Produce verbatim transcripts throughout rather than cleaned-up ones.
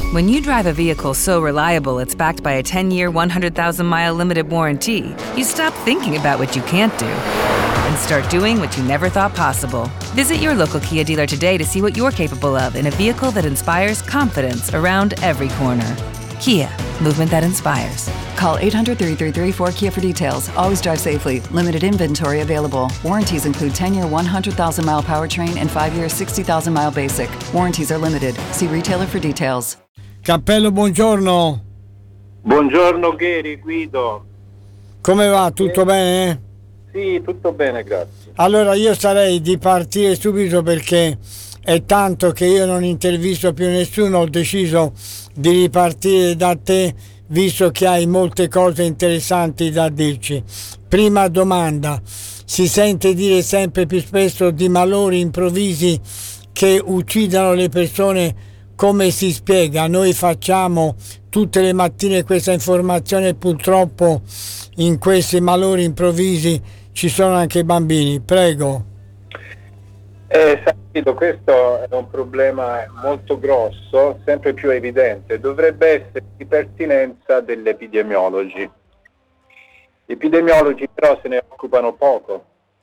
When you drive a vehicle so reliable it's backed by a ten-year, one hundred thousand mile limited warranty, you stop thinking about what you can't do and start doing what you never thought possible. Visit your local Kia dealer today to see what you're capable of in a vehicle that inspires confidence around every corner. Kia, movement that inspires. Call eight hundred, three three three, four Kia for details. Always drive safely. Limited inventory available. Warranties include ten-year, one hundred thousand mile powertrain and five-year, sixty thousand mile basic. Warranties are limited. See retailer for details. Cappello, buongiorno. Buongiorno Geri, Guido. Come va? Tutto eh? bene? Sì, tutto bene, grazie. Allora io sarei di partire subito perché è tanto che io non intervisto più nessuno, ho deciso di ripartire da te visto che hai molte cose interessanti da dirci. Prima domanda, si sente dire sempre più spesso di malori improvvisi che uccidano le persone, come si spiega? Noi facciamo tutte le mattine questa informazione, purtroppo in questi malori improvvisi ci sono anche bambini. Prego. Eh, Santito, questo è un problema molto grosso, sempre più evidente. Dovrebbe essere di pertinenza degli epidemiologi. Gli epidemiologi però se ne occupano poco.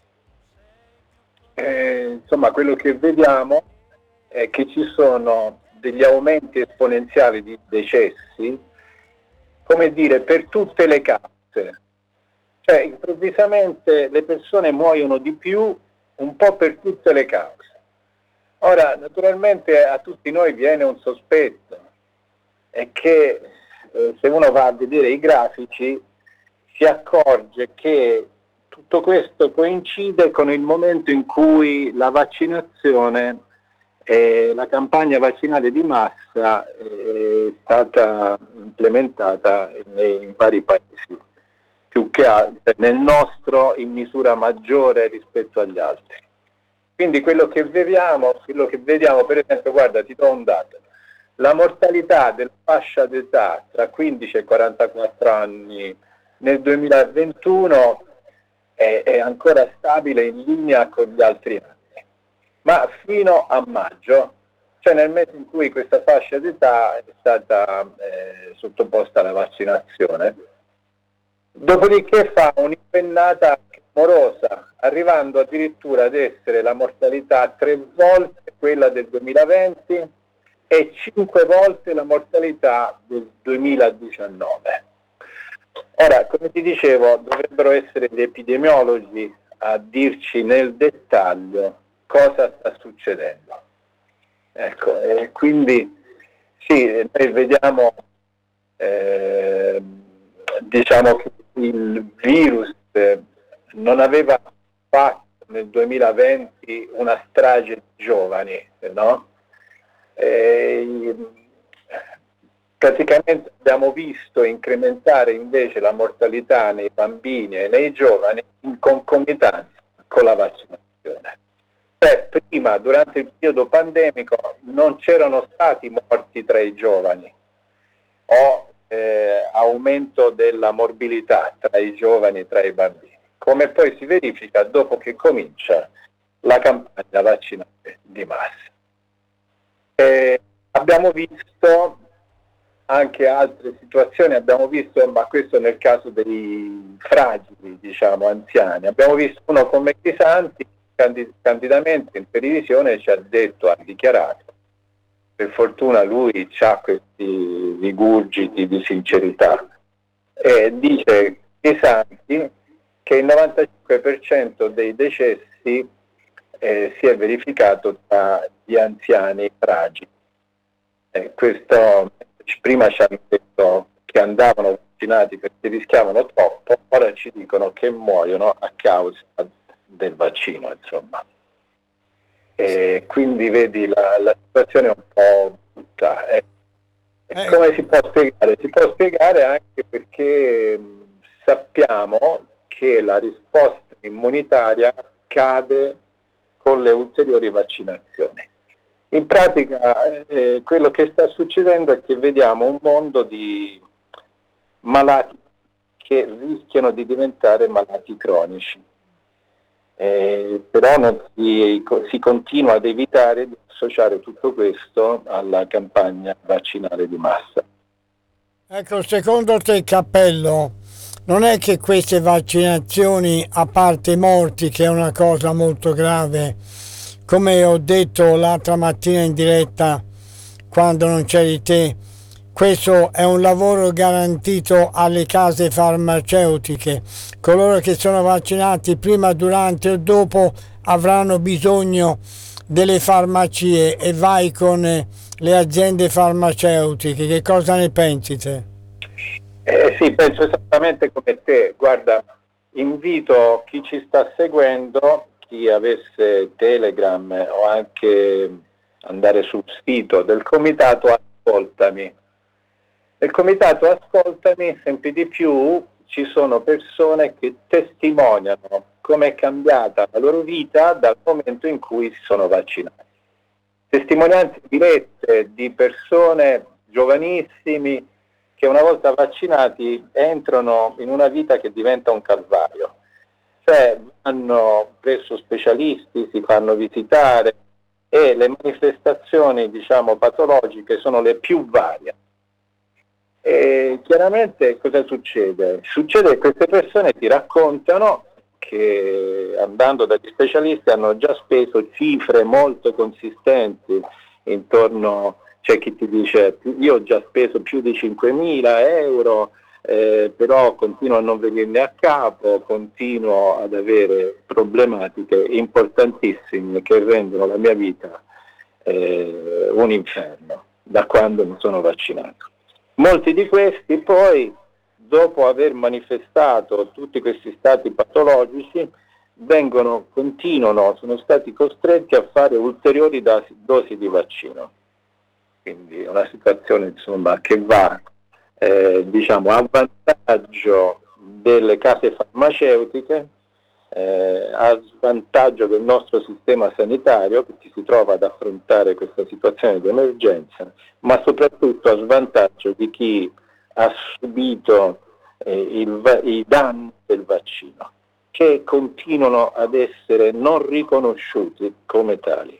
Eh, insomma, quello che vediamo è che ci sono degli aumenti esponenziali di decessi, come dire, per tutte le cause. Cioè, improvvisamente le persone muoiono di più un po' per tutte le cause. Ora, naturalmente a tutti noi viene un sospetto, è che eh, se uno va a vedere i grafici si accorge che tutto questo coincide con il momento in cui la vaccinazione e la campagna vaccinale di massa è stata implementata in, in vari paesi, più che altro nel nostro in misura maggiore rispetto agli altri. Quindi quello che vediamo, quello che vediamo, per esempio, guarda, ti do un dato: la mortalità della fascia d'età tra quindici e quarantaquattro anni nel duemilaventuno è, è ancora stabile in linea con gli altri anni, ma fino a maggio, cioè nel mese in cui questa fascia d'età è stata eh, sottoposta alla vaccinazione, dopodiché fa un'impennata morosa, arrivando addirittura ad essere la mortalità tre volte quella del duemilaventi e cinque volte la mortalità del duemiladiciannove. Ora, come ti dicevo, dovrebbero essere gli epidemiologi a dirci nel dettaglio cosa sta succedendo. Ecco, e quindi sì, noi vediamo eh, diciamo che il virus eh, non aveva fatto nel duemilaventi una strage di giovani, no? E, praticamente abbiamo visto incrementare invece la mortalità nei bambini e nei giovani in concomitanza con la vaccinazione. Cioè, prima, durante il periodo pandemico, non c'erano stati morti tra i giovani o eh, aumento della morbilità tra i giovani e tra i bambini, come poi si verifica dopo che comincia la campagna vaccinale di massa. Eh, abbiamo visto anche altre situazioni, abbiamo visto, ma questo nel caso dei fragili, diciamo, anziani, abbiamo visto uno come Crisanti, candid- candidamente in televisione ci ha detto, ha dichiarato, per fortuna lui ha questi rigurgiti di sincerità, e dice Crisanti che il novantacinque per cento dei decessi eh, si è verificato tra gli anziani fragili. Eh, questo prima ci hanno detto che andavano vaccinati perché rischiavano troppo, ora ci dicono che muoiono a causa del vaccino, insomma. E quindi vedi la, la situazione è un po' brutta. Eh. Eh. Come si può spiegare? Si può spiegare anche perché mh, sappiamo che la risposta immunitaria cade con le ulteriori vaccinazioni. In pratica eh, quello che sta succedendo è che vediamo un mondo di malati che rischiano di diventare malati cronici. eh, però non si, si continua ad evitare di associare tutto questo alla campagna vaccinale di massa. Ecco, secondo te, Cappello, non è che queste vaccinazioni, a parte i morti, che è una cosa molto grave, come ho detto l'altra mattina in diretta quando non c'eri te, questo è un lavoro garantito alle case farmaceutiche. Coloro che sono vaccinati prima, durante o dopo avranno bisogno delle farmacie, e vai con le aziende farmaceutiche. Che cosa ne pensi te? Eh sì, penso esattamente come te. Guarda, invito chi ci sta seguendo, chi avesse Telegram o anche andare sul sito del comitato Ascoltami. Nel comitato Ascoltami sempre di più ci sono persone che testimoniano come è cambiata la loro vita dal momento in cui si sono vaccinati. Testimonianze dirette di persone giovanissimi che una volta vaccinati entrano in una vita che diventa un calvario. Cioè vanno presso specialisti, si fanno visitare e le manifestazioni, diciamo, patologiche sono le più varie. E chiaramente cosa succede? Succede che queste persone ti raccontano che andando dagli specialisti hanno già speso cifre molto consistenti, intorno, c'è chi ti dice io ho già speso più di cinquemila euro, eh, però continuo a non venirne a capo, continuo ad avere problematiche importantissime che rendono la mia vita eh, un inferno da quando mi sono vaccinato. Molti di questi poi, dopo aver manifestato tutti questi stati patologici, vengono, continuano, sono stati costretti a fare ulteriori dosi di vaccino. Quindi è una situazione, insomma, che va eh, diciamo a vantaggio delle case farmaceutiche, eh, a svantaggio del nostro sistema sanitario che si trova ad affrontare questa situazione di emergenza, ma soprattutto a svantaggio di chi ha subito eh, il, i danni del vaccino, che continuano ad essere non riconosciuti come tali.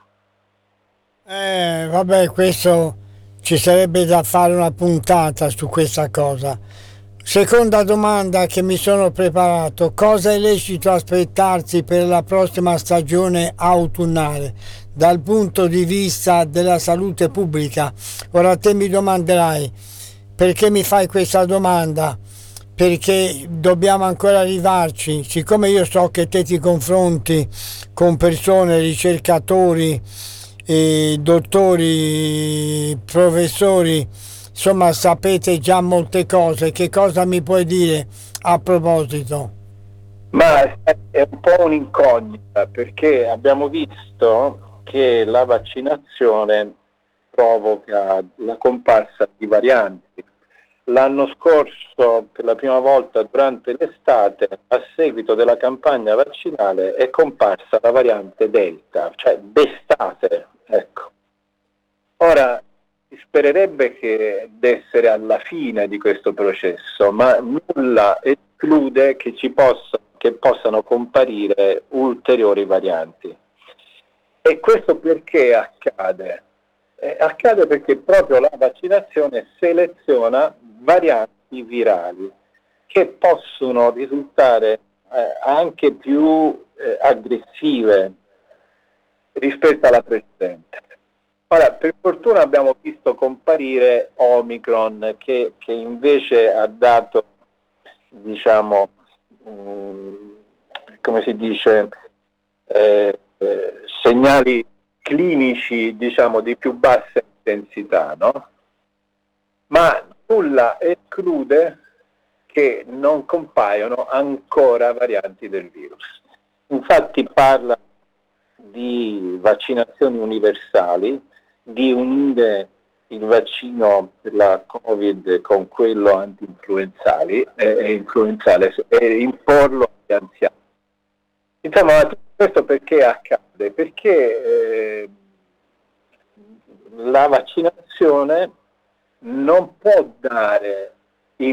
Eh, vabbè, questo ci sarebbe da fare una puntata su questa cosa. Seconda domanda che mi sono preparato: cosa è lecito aspettarsi per la prossima stagione autunnale dal punto di vista della salute pubblica? Ora te mi domanderai perché mi fai questa domanda, perché dobbiamo ancora arrivarci. Siccome io so che te ti confronti con persone, ricercatori, eh, dottori, professori, insomma sapete già molte cose, che cosa mi puoi dire a proposito? Ma è un po' un'incognita, perché abbiamo visto che la vaccinazione provoca la comparsa di varianti. L'anno scorso, per la prima volta durante l'estate, a seguito della campagna vaccinale, è comparsa la variante Delta, cioè d'estate, ecco. Ora, si spererebbe che d'essere alla fine di questo processo, ma nulla esclude che ci possa, che possano comparire ulteriori varianti. E questo perché accade? Eh, accade perché proprio la vaccinazione seleziona varianti virali che possono risultare eh, anche più eh, aggressive rispetto alla precedente. Ora, per fortuna abbiamo visto comparire Omicron che, che invece ha dato, diciamo, mh, come si dice, eh, eh, segnali clinici, diciamo, di più bassa intensità, no? Ma nulla esclude che non compaiono ancora varianti del virus. Infatti parla di vaccinazioni universali, di unire il vaccino per la Covid con quello anti-influenzali e influenzale e imporlo agli anziani. Insomma, tutto questo perché accade? Perché eh, la vaccinazione non può dare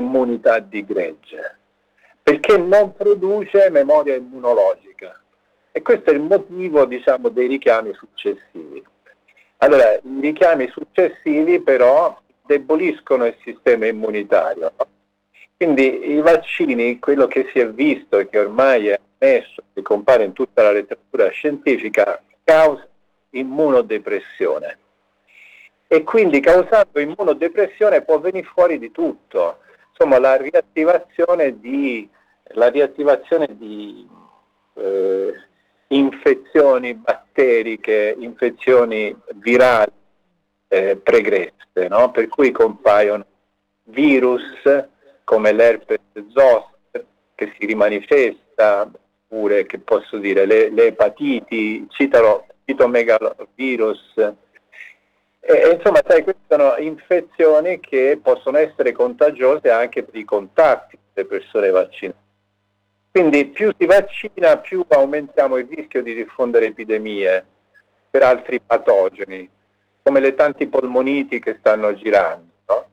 immunità di gregge, perché non produce memoria immunologica. E questo è il motivo, diciamo, dei richiami successivi. Allora, i richiami successivi però deboliscono il sistema immunitario. Quindi i vaccini, quello che si è visto e che ormai è ammesso, che compare in tutta la letteratura scientifica, causa immunodepressione. E quindi causando immunodepressione può venire fuori di tutto. Insomma, la riattivazione di, la riattivazione di eh, infezioni batteriche, infezioni virali eh, pregresse, no? Per cui compaiono virus come l'herpes zoster che si rimanifesta, oppure che posso dire le, le epatiti, citalo, citomegalovirus. E, insomma, sai, queste sono infezioni che possono essere contagiose anche per i contatti delle persone vaccinate. Quindi più si vaccina, più aumentiamo il rischio di diffondere epidemie per altri patogeni, come le tanti polmoniti che stanno girando, no?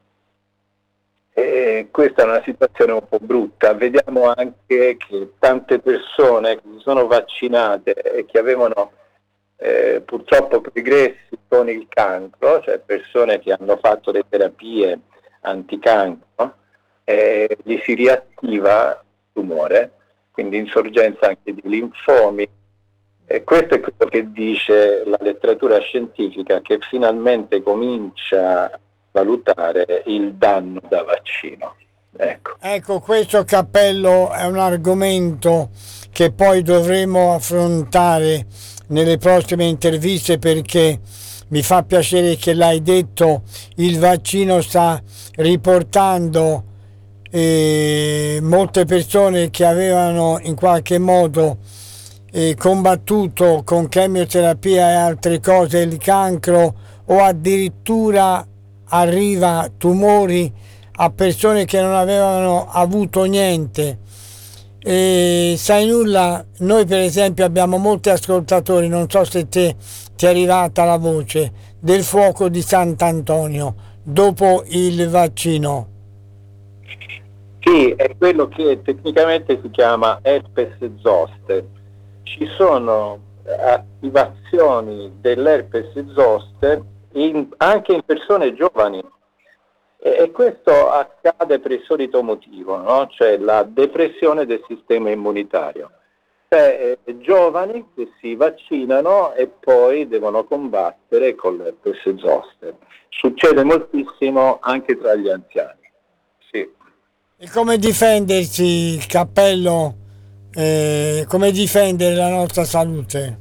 E questa è una situazione un po' brutta. Vediamo anche che tante persone che si sono vaccinate e che avevano eh, purtroppo pregressi con il cancro, cioè persone che hanno fatto le terapie anticancro, eh, gli si riattiva il tumore, quindi insorgenza anche di linfomi. E questo è quello che dice la letteratura scientifica, che finalmente comincia a valutare il danno da vaccino. Ecco. Ecco, questo, Cappello, è un argomento che poi dovremo affrontare nelle prossime interviste, perché mi fa piacere che l'hai detto, il vaccino sta riportando eh, molte persone che avevano in qualche modo eh, combattuto con chemioterapia e altre cose il cancro, o addirittura arriva tumori a persone che non avevano avuto niente. E sai nulla, noi per esempio abbiamo molti ascoltatori, non so se te ti è arrivata la voce del fuoco di Sant'Antonio dopo il vaccino. Sì, è quello che tecnicamente si chiama herpes zoster. Ci sono attivazioni dell'herpes zoster in, anche in persone giovani. E questo accade per il solito motivo, no? Cioè la depressione del sistema immunitario. Cioè eh, giovani che si vaccinano e poi devono combattere con l'herpes zoster. Succede moltissimo anche tra gli anziani. Sì. E come difendersi, Cappello, eh, come difendere la nostra salute?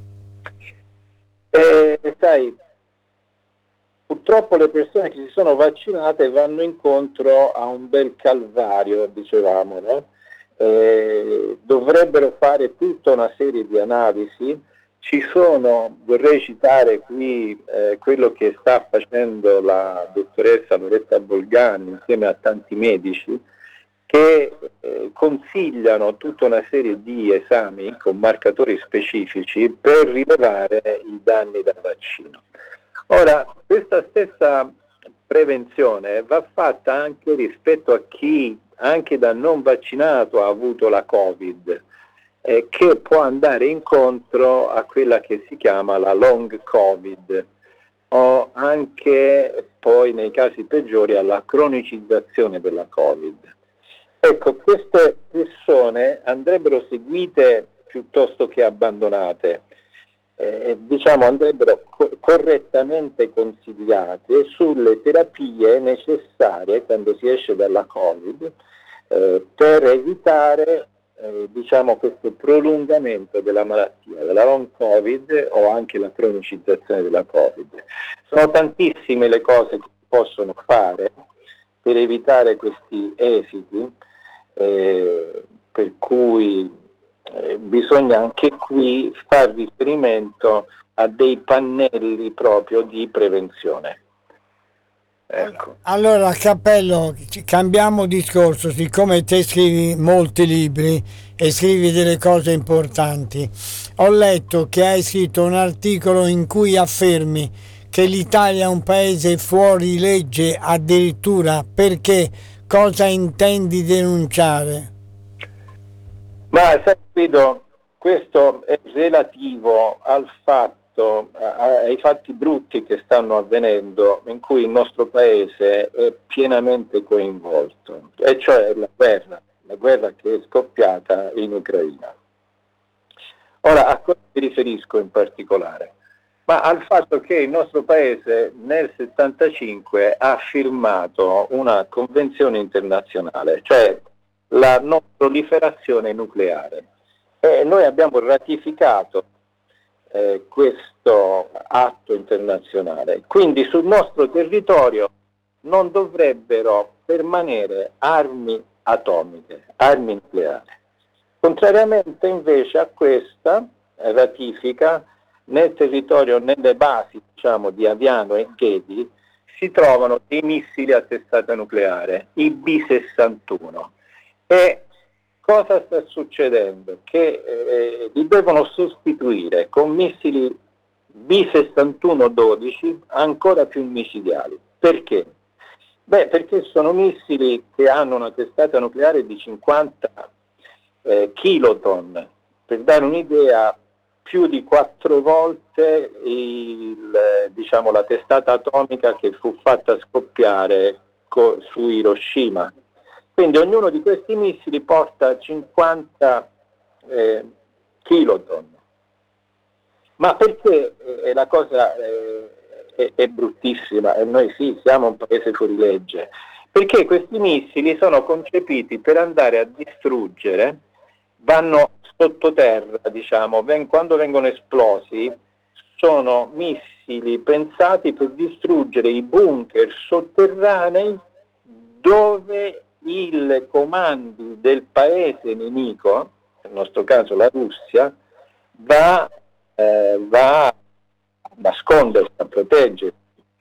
Eh, sai, purtroppo le persone che si sono vaccinate vanno incontro a un bel calvario, dicevamo, no? Eh, dovrebbero fare tutta una serie di analisi. Ci sono, vorrei citare qui eh, quello che sta facendo la dottoressa Loretta Bolgani insieme a tanti medici, che eh, consigliano tutta una serie di esami con marcatori specifici per rilevare i danni da vaccino. Ora, questa stessa prevenzione va fatta anche rispetto a chi, anche da non vaccinato, ha avuto la Covid, eh, che può andare incontro a quella che si chiama la long Covid, o anche poi nei casi peggiori alla cronicizzazione della Covid. Ecco, queste persone andrebbero seguite piuttosto che abbandonate. Eh, diciamo andrebbero co- correttamente consigliate sulle terapie necessarie quando si esce dalla Covid eh, per evitare eh, diciamo questo prolungamento della malattia, della long Covid o anche la cronicizzazione della Covid. Sono tantissime le cose che si possono fare per evitare questi esiti, eh, per cui Eh, bisogna anche qui far riferimento a dei pannelli proprio di prevenzione. Ecco. Allora, Cappello, cambiamo discorso. Siccome te scrivi molti libri e scrivi delle cose importanti, ho letto che hai scritto un articolo in cui affermi che l'Italia è un paese fuori legge addirittura. Perché? Cosa intendi denunciare? Ma sai, Guido, questo è relativo al fatto, ai fatti brutti che stanno avvenendo in cui il nostro paese è pienamente coinvolto, e cioè la guerra, la guerra che è scoppiata in Ucraina. Ora, a cosa mi riferisco in particolare? Ma al fatto che il nostro paese nel settantacinque ha firmato una convenzione internazionale, cioè la non proliferazione nucleare. E noi abbiamo ratificato eh, questo atto internazionale. Quindi sul nostro territorio non dovrebbero permanere armi atomiche, armi nucleari. Contrariamente invece a questa ratifica, nel territorio, nelle basi, diciamo, di Aviano e Ghedi, si trovano dei missili a testata nucleare, i B sessantuno. E cosa sta succedendo? Che eh, li devono sostituire con missili B sessantuno dodici ancora più micidiali. Perché? Beh, perché sono missili che hanno una testata nucleare di cinquanta eh, kiloton. Per dare un'idea, più di quattro volte il, diciamo, la testata atomica che fu fatta scoppiare co- su Hiroshima. Quindi ognuno di questi missili porta cinquanta eh, kiloton. Ma perché eh, la cosa eh, è, è bruttissima, e noi sì, siamo un paese fuori legge, perché questi missili sono concepiti per andare a distruggere, vanno sottoterra, diciamo, ven- quando vengono esplosi, sono missili pensati per distruggere i bunker sotterranei dove il comando del paese nemico, nel nostro caso la Russia, va, eh, va a nascondersi, a proteggersi.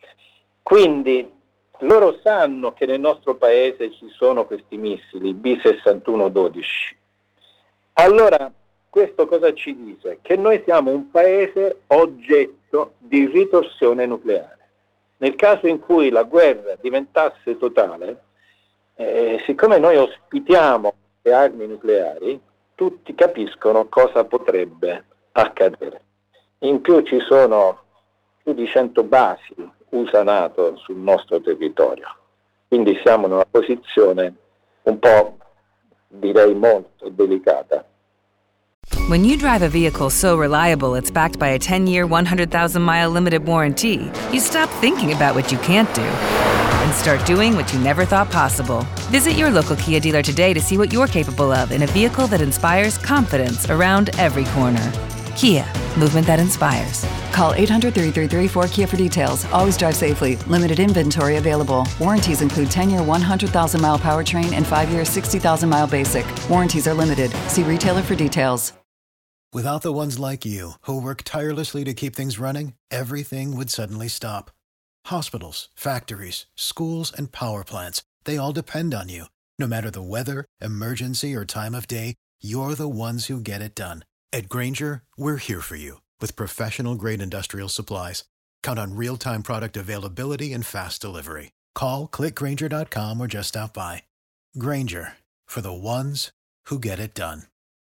Quindi loro sanno che nel nostro paese ci sono questi missili B sessantuno dodici. Allora, questo cosa ci dice? Che noi siamo un paese oggetto di ritorsione nucleare. Nel caso in cui la guerra diventasse totale, eh, siccome noi ospitiamo le armi nucleari, tutti capiscono cosa potrebbe accadere. In più ci sono più di cento basi U S A NATO sul nostro territorio, quindi siamo in una posizione un po', direi, molto delicata. When you drive a vehicle so reliable it's backed by a ten-year, one hundred thousand mile limited warranty, you stop thinking about what you can't do and start doing what you never thought possible. Visit your local Kia dealer today to see what you're capable of in a vehicle that inspires confidence around every corner. Kia, movement that inspires. Call eight hundred, three three three, four K I A for details. Always drive safely. Limited inventory available. Warranties include ten-year, one hundred thousand mile powertrain and five-year, sixty thousand mile basic. Warranties are limited. See retailer for details. Without the ones like you, who work tirelessly to keep things running, everything would suddenly stop. Hospitals, factories, schools, and power plants, they all depend on you. No matter the weather, emergency, or time of day, you're the ones who get it done. At Grainger, we're here for you with professional-grade industrial supplies. Count on real-time product availability and fast delivery. Call, click grainger dot com, or just stop by. Grainger, for the ones who get it done.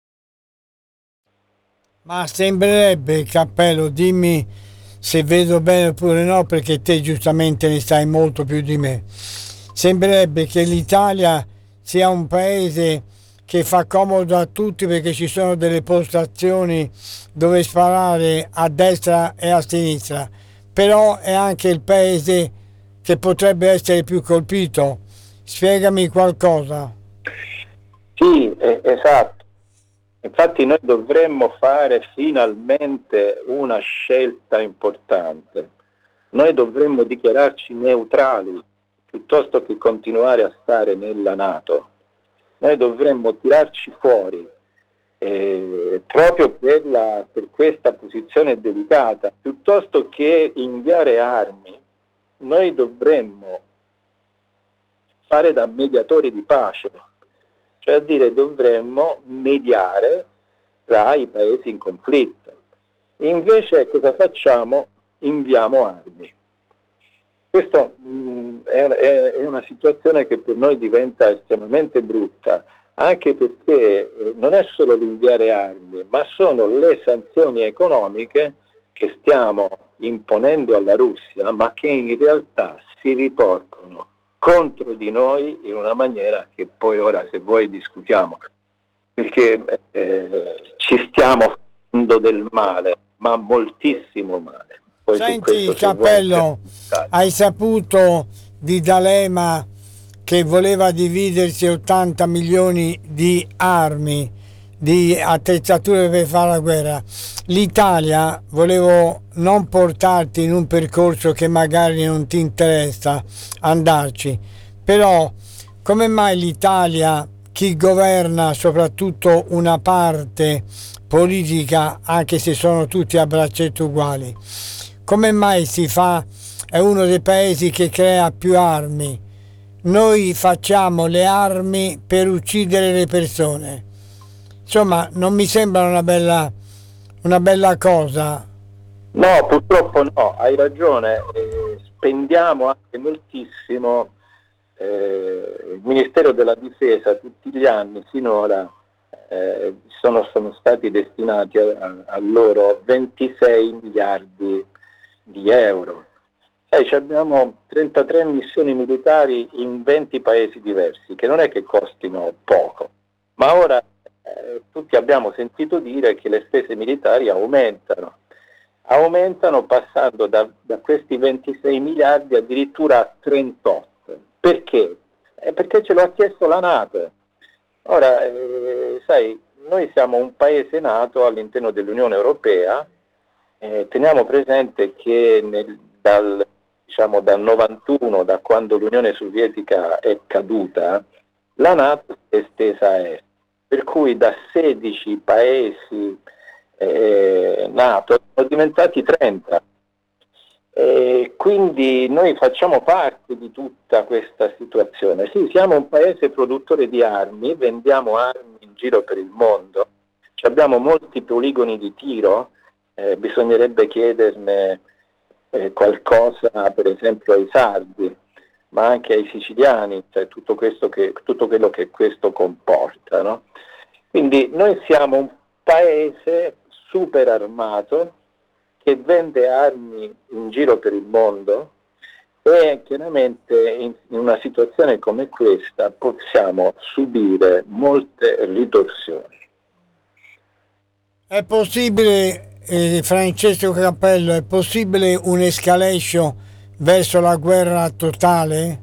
Ma sembrerebbe, Cappello, dimmi se vedo bene oppure no, perché te giustamente ne sai molto più di me. Sembrerebbe che l'Italia sia un paese che fa comodo a tutti perché ci sono delle postazioni dove sparare a destra e a sinistra, però è anche il paese che potrebbe essere più colpito. Spiegami qualcosa. Sì, eh, esatto. Infatti noi dovremmo fare finalmente una scelta importante. Noi dovremmo dichiararci neutrali piuttosto che continuare a stare nella NATO. Noi dovremmo tirarci fuori eh, proprio per, la, per questa posizione delicata. Piuttosto che inviare armi, noi dovremmo fare da mediatori di pace. Cioè a dire, dovremmo mediare tra i paesi in conflitto. Invece cosa facciamo? Inviamo armi. Questa è, è una situazione che per noi diventa estremamente brutta, anche perché eh, non è solo l'inviare armi, ma sono le sanzioni economiche che stiamo imponendo alla Russia, ma che in realtà si riportano contro di noi in una maniera che poi ora, se vuoi, discutiamo, perché eh, ci stiamo facendo del male, ma moltissimo male. Poi Senti, questo, Cappello, vuoi... hai saputo di D'Alema che voleva dividersi ottanta milioni di armi, di attrezzature per fare la guerra? L'Italia, volevo non portarti in un percorso che magari non ti interessa andarci, però come mai l'Italia, chi governa, soprattutto una parte politica, anche se sono tutti a braccetto uguali, come mai si fa, è uno dei paesi che crea più armi? Noi facciamo le armi per uccidere le persone. Insomma, non mi sembra una bella, una bella cosa. No, purtroppo no, hai ragione, eh, spendiamo anche moltissimo. Eh, il Ministero della Difesa tutti gli anni sinora eh, sono, sono stati destinati a, a, a loro ventisei miliardi di euro. Eh, abbiamo trentatré missioni militari in venti paesi diversi, che non è che costino poco, ma ora eh, tutti abbiamo sentito dire che le spese militari aumentano, aumentano passando da, da questi ventisei miliardi addirittura a trentotto. Perché? Eh, perché ce lo ha chiesto la NATO. Ora, eh, sai, noi siamo un paese nato all'interno dell'Unione Europea, eh, teniamo presente che nel, dal, diciamo, dal novantuno, da quando l'Unione Sovietica è caduta, la NATO si è estesa a est, per cui da sedici paesi eh, NATO sono diventati trenta. E quindi noi facciamo parte di tutta questa situazione. Sì, siamo un paese produttore di armi, vendiamo armi in giro per il mondo, abbiamo molti poligoni di tiro, eh, bisognerebbe chiederne eh, qualcosa per esempio ai sardi, ma anche ai siciliani, cioè tutto, questo che, tutto quello che questo comporta, no? Quindi noi siamo un paese super armato, che vende armi in giro per il mondo, e chiaramente in, in una situazione come questa possiamo subire molte ritorsioni. È possibile, eh, Francesco Cappello, è possibile un'escalation verso la guerra totale?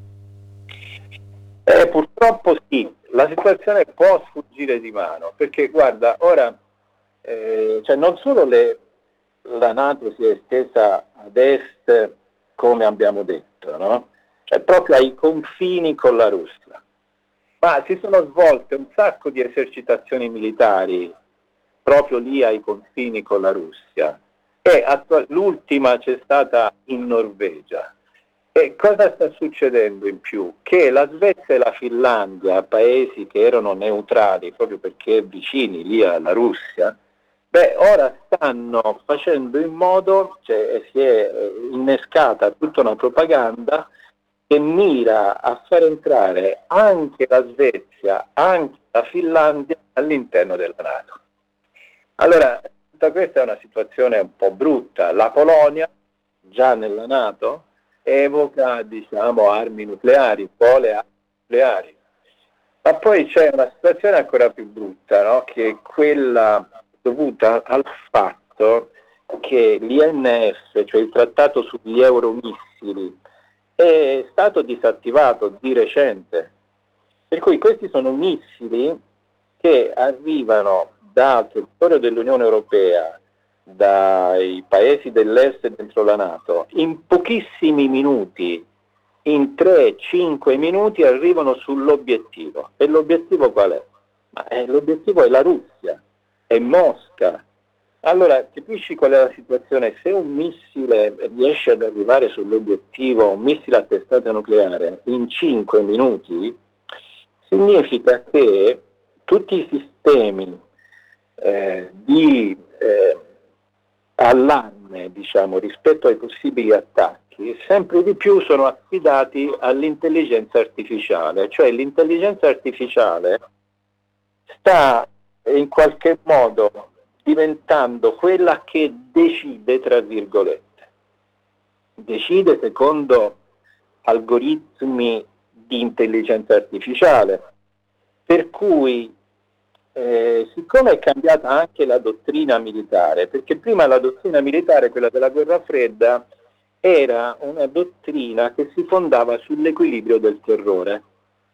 Eh, purtroppo sì, la situazione può sfuggire di mano, perché guarda, ora eh, cioè non solo le la NATO si è estesa ad est, come abbiamo detto, no? Cioè proprio ai confini con la Russia, ma si sono svolte un sacco di esercitazioni militari proprio lì ai confini con la Russia, e attu- l'ultima c'è stata in Norvegia. E cosa sta succedendo in più? Che la Svezia e la Finlandia, paesi che erano neutrali proprio perché vicini lì alla Russia, beh, ora stanno facendo in modo, cioè si è innescata tutta una propaganda che mira a far entrare anche la Svezia, anche la Finlandia all'interno della NATO. Allora, tutta questa è una situazione un po' brutta. La Polonia, già nella NATO, evoca, diciamo, armi nucleari, vuole armi nucleari. Ma poi c'è una situazione ancora più brutta, no? Che è quella dovuta al fatto che l'I N F, cioè il trattato sugli euromissili, è stato disattivato di recente. Per cui questi sono missili che arrivano dal territorio dell'Unione Europea, dai paesi dell'est dentro la NATO, in pochissimi minuti, in tre cinque minuti arrivano sull'obiettivo. E l'obiettivo qual è? Ma eh, l'obiettivo è la Russia. È Mosca. Allora, capisci qual è la situazione? Se un missile riesce ad arrivare sull'obiettivo, un missile a testata nucleare, in cinque minuti, significa che tutti i sistemi eh, di eh, allarme, diciamo, rispetto ai possibili attacchi, sempre di più sono affidati all'intelligenza artificiale. Cioè l'intelligenza artificiale sta in qualche modo diventando quella che decide, tra virgolette, decide secondo algoritmi di intelligenza artificiale, per cui eh, siccome è cambiata anche la dottrina militare, perché prima la dottrina militare, quella della guerra fredda, era una dottrina che si fondava sull'equilibrio del terrore.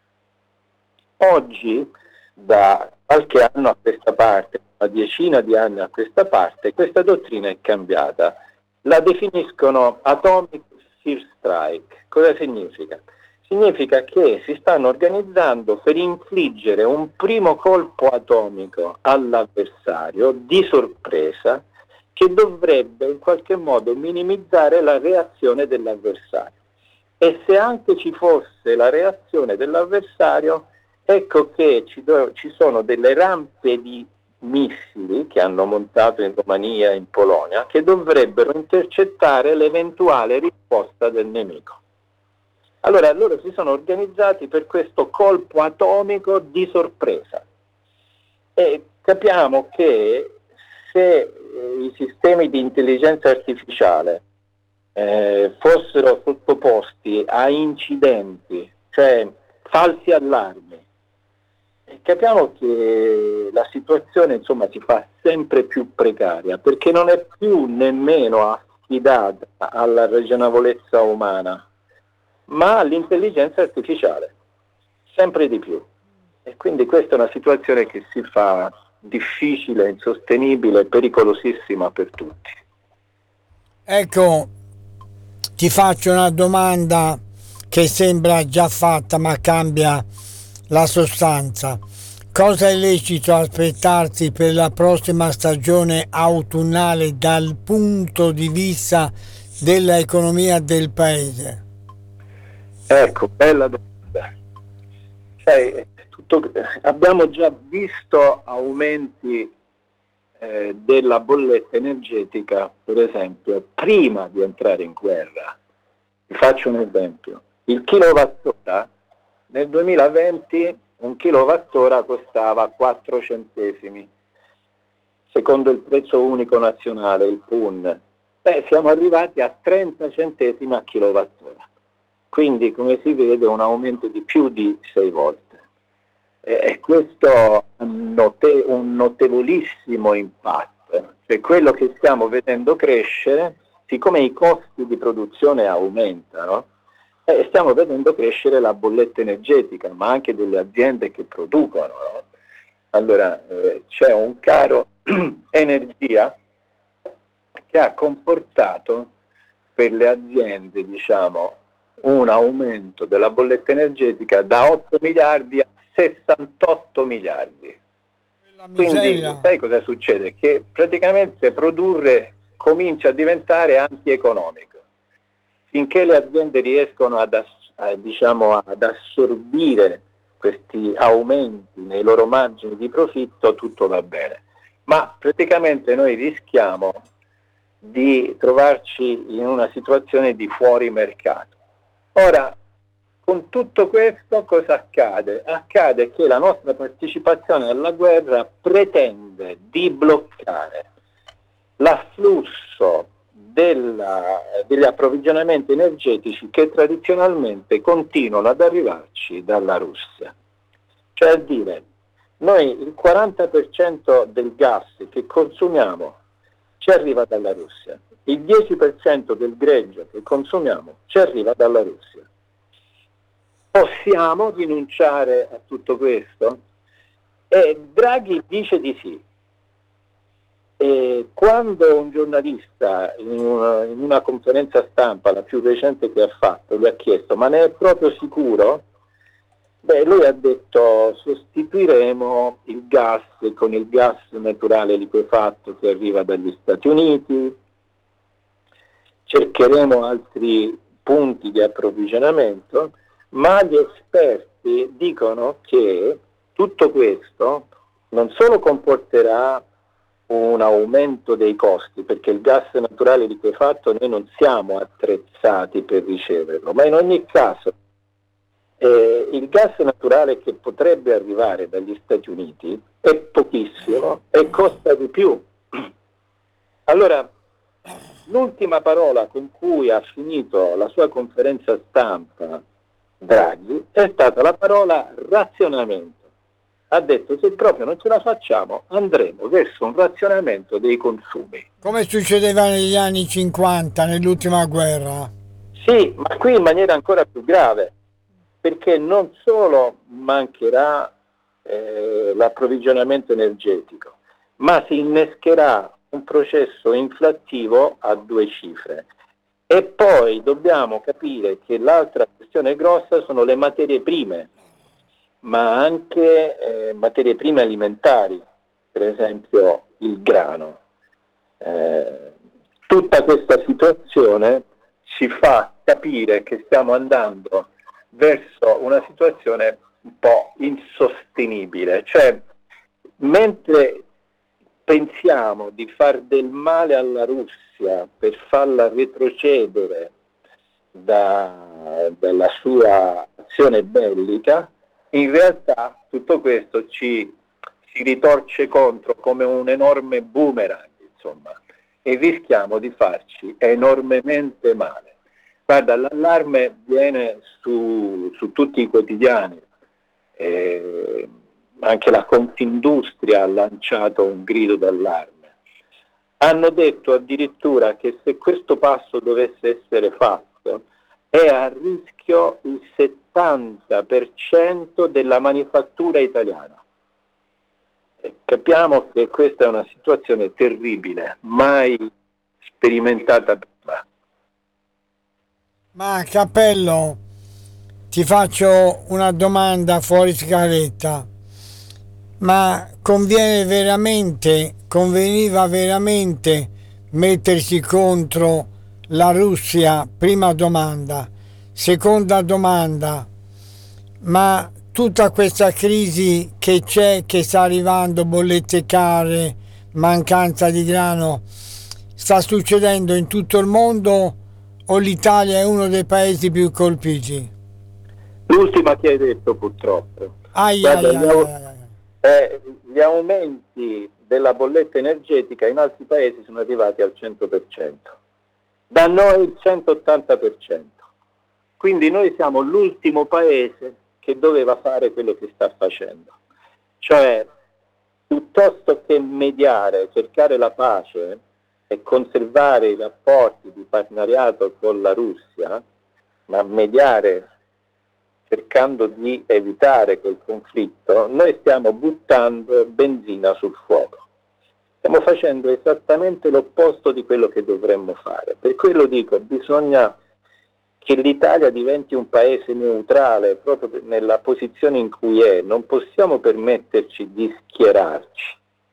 Oggi, da qualche anno a questa parte, una decina di anni a questa parte, questa dottrina è cambiata. La definiscono Atomic First Strike. Cosa significa? Significa che si stanno organizzando per infliggere un primo colpo atomico all'avversario di sorpresa, che dovrebbe in qualche modo minimizzare la reazione dell'avversario. E se anche ci fosse la reazione dell'avversario, ecco che ci, do- ci sono delle rampe di missili che hanno montato in Romania e in Polonia, che dovrebbero intercettare l'eventuale risposta del nemico. Allora loro si sono organizzati per questo colpo atomico di sorpresa, e capiamo che se eh, i sistemi di intelligenza artificiale eh, fossero sottoposti a incidenti, cioè falsi allarmi, capiamo che la situazione insomma si fa sempre più precaria, perché non è più nemmeno affidata alla ragionevolezza umana, ma all'intelligenza artificiale, sempre di più. E quindi questa è una situazione che si fa difficile, insostenibile, pericolosissima per tutti. Ecco, ti faccio una domanda che sembra già fatta ma cambia la sostanza. Cosa è lecito aspettarsi per la prossima stagione autunnale dal punto di vista dell'economia del paese? Ecco, bella domanda. Cioè, tutto, abbiamo già visto aumenti eh, della bolletta energetica, per esempio, prima di entrare in guerra. Vi faccio un esempio. Il kilowattora nel duemilaventi, un kilowattora costava quattro centesimi, secondo il prezzo unico nazionale, il P U N. Beh, siamo arrivati a trenta centesimi a kilowattora. Quindi, come si vede, un aumento di più di sei volte. E questo ha note- un notevolissimo impatto. Cioè, quello che stiamo vedendo crescere, siccome i costi di produzione aumentano, eh, stiamo vedendo crescere la bolletta energetica, ma anche delle aziende che producono. No? Allora, eh, c'è un caro energia che ha comportato per le aziende, diciamo, un aumento della bolletta energetica da otto miliardi a sessantotto miliardi. Quindi sai cosa succede? Che praticamente produrre comincia a diventare antieconomico. Finché le aziende riescono ad, ass- a, diciamo, ad assorbire questi aumenti nei loro margini di profitto, tutto va bene. Ma praticamente noi rischiamo di trovarci in una situazione di fuori mercato. Ora, con tutto questo cosa accade? Accade che la nostra partecipazione alla guerra pretende di bloccare l'afflusso della, degli approvvigionamenti energetici che tradizionalmente continuano ad arrivarci dalla Russia. Cioè a dire, noi il quaranta per cento del gas che consumiamo ci arriva dalla Russia, il dieci per cento del greggio che consumiamo ci arriva dalla Russia. Possiamo rinunciare a tutto questo? E Draghi dice di sì. E quando un giornalista in una, in una conferenza stampa, la più recente che ha fatto, gli ha chiesto ma ne è proprio sicuro? Beh, lui ha detto sostituiremo il gas con il gas naturale liquefatto che arriva dagli Stati Uniti, cercheremo altri punti di approvvigionamento, ma gli esperti dicono che tutto questo non solo comporterà un aumento dei costi, perché il gas naturale liquefatto noi non siamo attrezzati per riceverlo, ma in ogni caso Eh, il gas naturale che potrebbe arrivare dagli Stati Uniti è pochissimo e costa di più. Allora, l'ultima parola con cui ha finito la sua conferenza stampa Draghi è stata la parola razionamento. Ha detto: se proprio non ce la facciamo andremo verso un razionamento dei consumi. Come succedeva negli anni cinquanta, nell'ultima guerra. Sì, ma qui in maniera ancora più grave, perché non solo mancherà eh, l'approvvigionamento energetico, ma si innescherà un processo inflattivo a due cifre. E poi dobbiamo capire che l'altra questione grossa sono le materie prime, ma anche eh, materie prime alimentari, per esempio il grano. Eh, tutta questa situazione ci fa capire che stiamo andando verso una situazione un po' insostenibile, cioè mentre pensiamo di far del male alla Russia per farla retrocedere da, dalla sua azione bellica, in realtà tutto questo ci si ritorce contro come un enorme boomerang, insomma, e rischiamo di farci enormemente male. Guarda, l'allarme viene su, su tutti i quotidiani, eh, anche la Confindustria ha lanciato un grido d'allarme. Hanno detto addirittura che se questo passo dovesse essere fatto è a rischio il settanta per cento della manifattura italiana. E capiamo che questa è una situazione terribile, mai sperimentata prima. Ma Cappello, ti faccio una domanda fuori scaletta. Ma conviene veramente, conveniva veramente mettersi contro la Russia? Prima domanda. Seconda domanda, ma tutta questa crisi che c'è, che sta arrivando, bollette care, mancanza di grano, sta succedendo in tutto il mondo o l'Italia è uno dei paesi più colpiti? L'ultima che hai detto, purtroppo. Ai, Guarda, ai, ai, gli, au- ai, ai. eh, gli aumenti della bolletta energetica in altri paesi sono arrivati al cento per cento, da noi il centottanta per cento. Quindi noi siamo l'ultimo paese che doveva fare quello che sta facendo. Cioè, piuttosto che mediare, cercare la pace e conservare i rapporti di partenariato con la Russia, ma mediare cercando di evitare quel conflitto, noi stiamo buttando benzina sul fuoco. Stiamo facendo esattamente l'opposto di quello che dovremmo fare. Per quello dico, bisogna che l'Italia diventi un paese neutrale proprio nella posizione in cui è. Non possiamo permetterci di schierarci.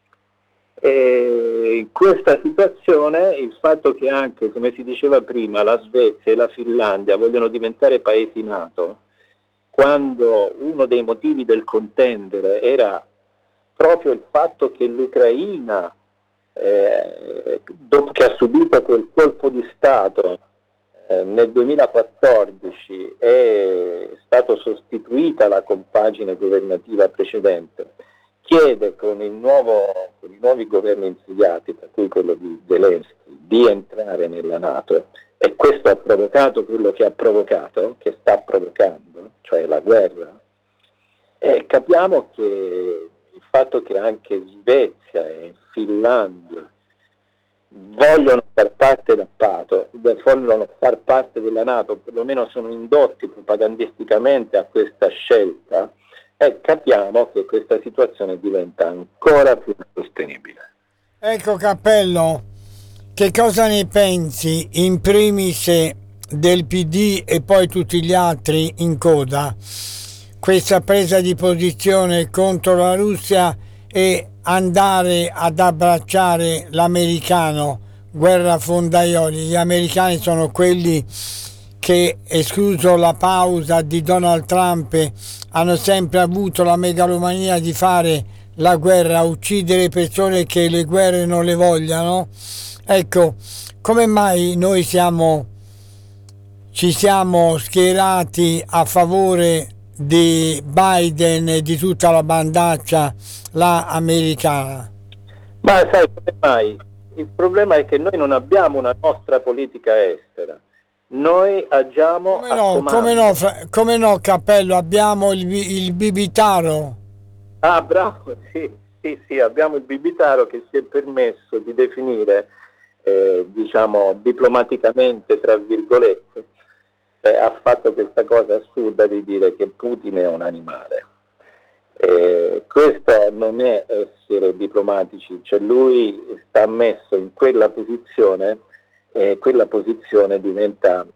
E in questa situazione il fatto che anche, come si diceva prima, la Svezia e la Finlandia vogliono diventare paesi NATO, quando uno dei motivi del contendere era proprio il fatto che l'Ucraina, eh, dopo che ha subito quel colpo di Stato eh, nel duemilaquattordici, è stato sostituita la compagine governativa precedente, chiede con, il nuovo, con i nuovi governi insediati, tra cui quello di Zelensky, di entrare nella NATO, e questo ha provocato quello che ha provocato, che sta provocando, cioè la guerra. E capiamo che il fatto che anche Svezia e Finlandia vogliono far parte da NATO, vogliono far parte della NATO, perlomeno sono indotti propagandisticamente a questa scelta, e capiamo che questa situazione diventa ancora più sostenibile. Ecco Cappello, che cosa ne pensi in primis del P D e poi tutti gli altri in coda? Questa presa di posizione contro la Russia e andare ad abbracciare l'americano, guerra fondaioli. Gli americani sono quelli che, escluso la pausa di Donald Trump, hanno sempre avuto la megalomania di fare la guerra, uccidere persone che le guerre non le vogliano. Ecco, come mai noi siamo, ci siamo schierati a favore di Biden e di tutta la bandaccia là americana? Ma sai come mai? Il problema è che noi non abbiamo una nostra politica estera. Noi agiamo Come a no, comando. come no, fra- come no, Cappello, abbiamo il, bi- il bibitaro. Ah, bravo, sì, sì, sì, abbiamo il bibitaro che si è permesso di definire, eh, diciamo, diplomaticamente, tra virgolette, eh, ha fatto questa cosa assurda di dire che Putin è un animale. Eh, questo non è essere diplomatici, cioè lui sta messo in quella posizione e quella posizione diventa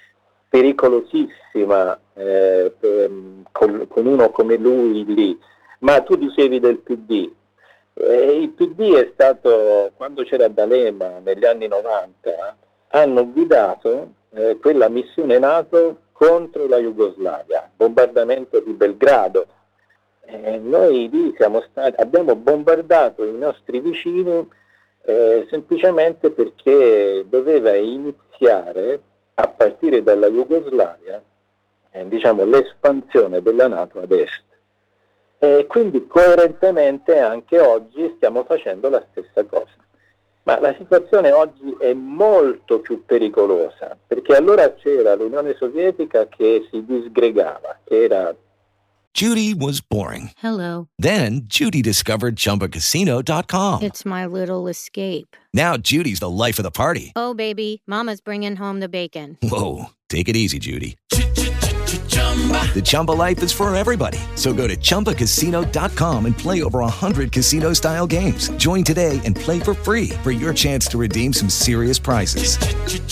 pericolosissima eh, per, con, con uno come lui lì. Ma tu dicevi del P D, eh, il P D è stato, quando c'era D'Alema negli anni novanta, hanno guidato eh, quella missione NATO contro la Jugoslavia, bombardamento di Belgrado. Eh, noi lì siamo stati, abbiamo bombardato i nostri vicini eh, semplicemente perché doveva iniziare a partire dalla Jugoslavia eh, diciamo, l'espansione della NATO ad est. E quindi coerentemente anche oggi stiamo facendo la stessa cosa. Ma la situazione oggi è molto più pericolosa, perché allora c'era l'Unione Sovietica che si disgregava, che era... Judy was boring. Hello. Then Judy discovered Chumba Casino dot com. It's my little escape. Now Judy's the life of the party. Oh, baby, mama's bringing home the bacon. Whoa, take it easy, Judy. The Chumba life is for everybody. So go to Chumba Casino dot com and play over one hundred casino-style games. Join today and play for free for your chance to redeem some serious prizes.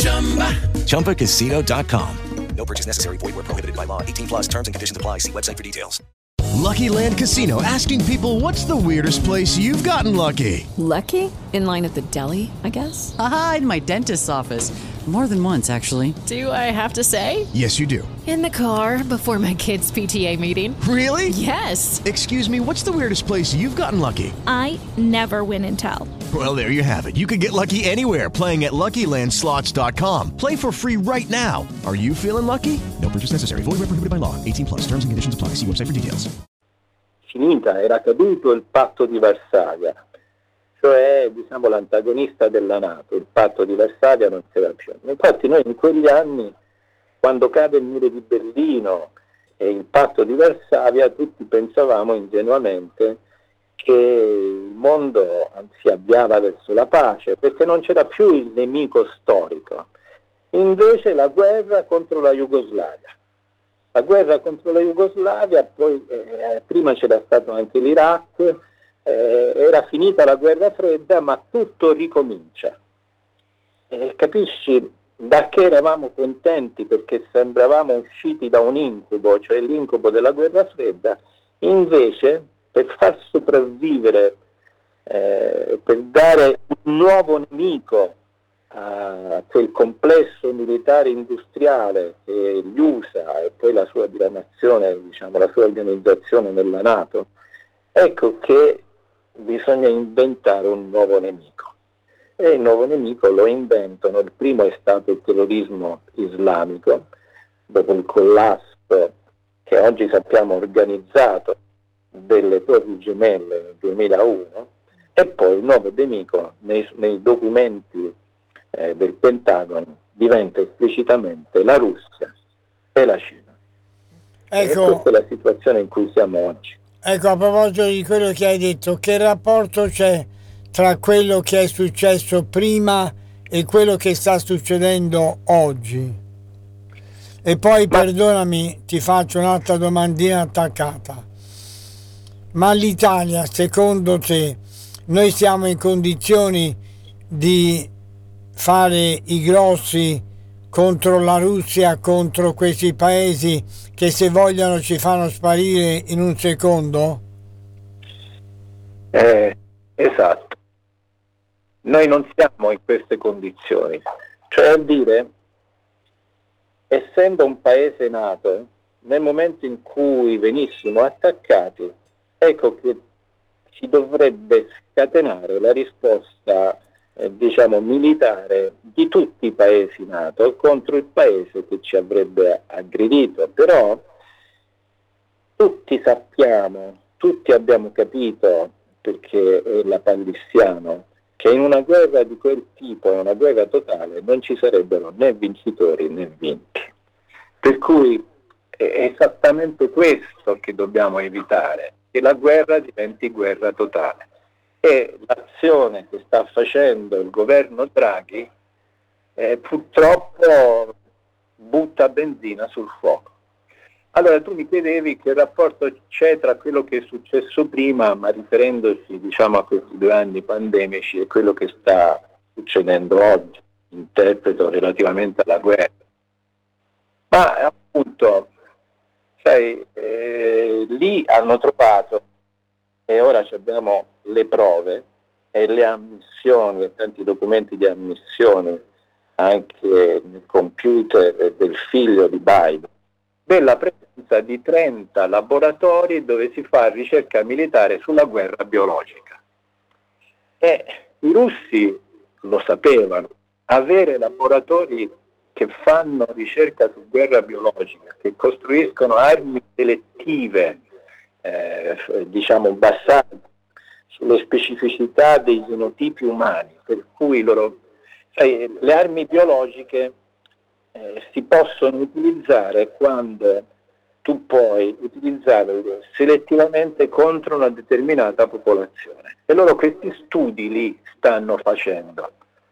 Chumba Casino dot com. No purchase necessary. Void where prohibited by law. eighteen plus terms and conditions apply. See website for details. Lucky Land Casino, asking people, what's the weirdest place you've gotten lucky? Lucky? In line at the deli, I guess? Aha, in my dentist's office. More than once, actually. Do I have to say? Yes, you do. In the car before my kids' P T A meeting. Really? Yes. Excuse me, what's the weirdest place you've gotten lucky? I never win and tell. Well, there you have it. You can get lucky anywhere, playing at Lucky Land Slots dot com. Play for free right now. Are you feeling lucky? No purchase necessary. Void where prohibited by law. eighteen plus. Terms and conditions apply. See website for details. Finita, era caduto il patto di Varsavia, cioè diciamo l'antagonista della NATO, il patto di Varsavia non c'era più. Infatti noi in quegli anni, quando cade il muro di Berlino e il patto di Varsavia, tutti pensavamo ingenuamente che il mondo si avviava verso la pace, perché non c'era più il nemico storico, invece la guerra contro la Jugoslavia. La guerra contro la Jugoslavia, poi eh, prima c'era stato anche l'Iraq, eh, era finita la guerra fredda, ma tutto ricomincia. Eh, capisci? Da che eravamo contenti perché sembravamo usciti da un incubo, cioè l'incubo della guerra fredda, invece per far sopravvivere, eh, per dare un nuovo nemico a quel complesso militare industriale che gli U S A e poi la sua diramazione, diciamo la sua organizzazione nella NATO, ecco che bisogna inventare un nuovo nemico. E il nuovo nemico lo inventano, il primo è stato il terrorismo islamico, dopo il collasso che oggi sappiamo organizzato delle Torri Gemelle nel duemilauno, e poi il nuovo nemico nei, nei documenti eh, del Pentagono diventa esplicitamente la Russia e la Cina. Ecco, e questa è la situazione in cui siamo oggi. Ecco, a proposito di quello che hai detto, che rapporto c'è tra quello che è successo prima e quello che sta succedendo oggi? E poi, Ma... perdonami, ti faccio un'altra domandina attaccata. Ma l'Italia, secondo te, noi siamo in condizioni di fare i grossi contro la Russia, contro questi paesi che se vogliono ci fanno sparire in un secondo? Eh, esatto. Noi non siamo in queste condizioni. Cioè a dire, essendo un paese nato, nel momento in cui venissimo attaccati, ecco che ci dovrebbe scatenare la risposta eh, diciamo militare di tutti i paesi NATO contro il paese che ci avrebbe aggredito. Però tutti sappiamo, tutti abbiamo capito, perché è lapallissiano, che in una guerra di quel tipo, in una guerra totale, non ci sarebbero né vincitori né vinti. Per cui è esattamente questo che dobbiamo evitare, che la guerra diventi guerra totale. E l'azione che sta facendo il governo Draghi eh, purtroppo butta benzina sul fuoco. Allora tu mi chiedevi che rapporto c'è tra quello che è successo prima, ma riferendosi diciamo a questi due anni pandemici, e quello che sta succedendo oggi, interpreto relativamente alla guerra. Ma appunto, sai, eh, lì hanno trovato, e ora abbiamo le prove e le ammissioni, e tanti documenti di ammissione anche nel computer del figlio di Biden, della presenza di trenta laboratori dove si fa ricerca militare sulla guerra biologica. E i russi lo sapevano, avere laboratori che fanno ricerca su guerra biologica, che costruiscono armi selettive, eh, diciamo basate sulle specificità dei genotipi umani, per cui loro, sai, le armi biologiche eh, si possono utilizzare quando tu puoi utilizzarle selettivamente contro una determinata popolazione. E loro questi studi li stanno facendo.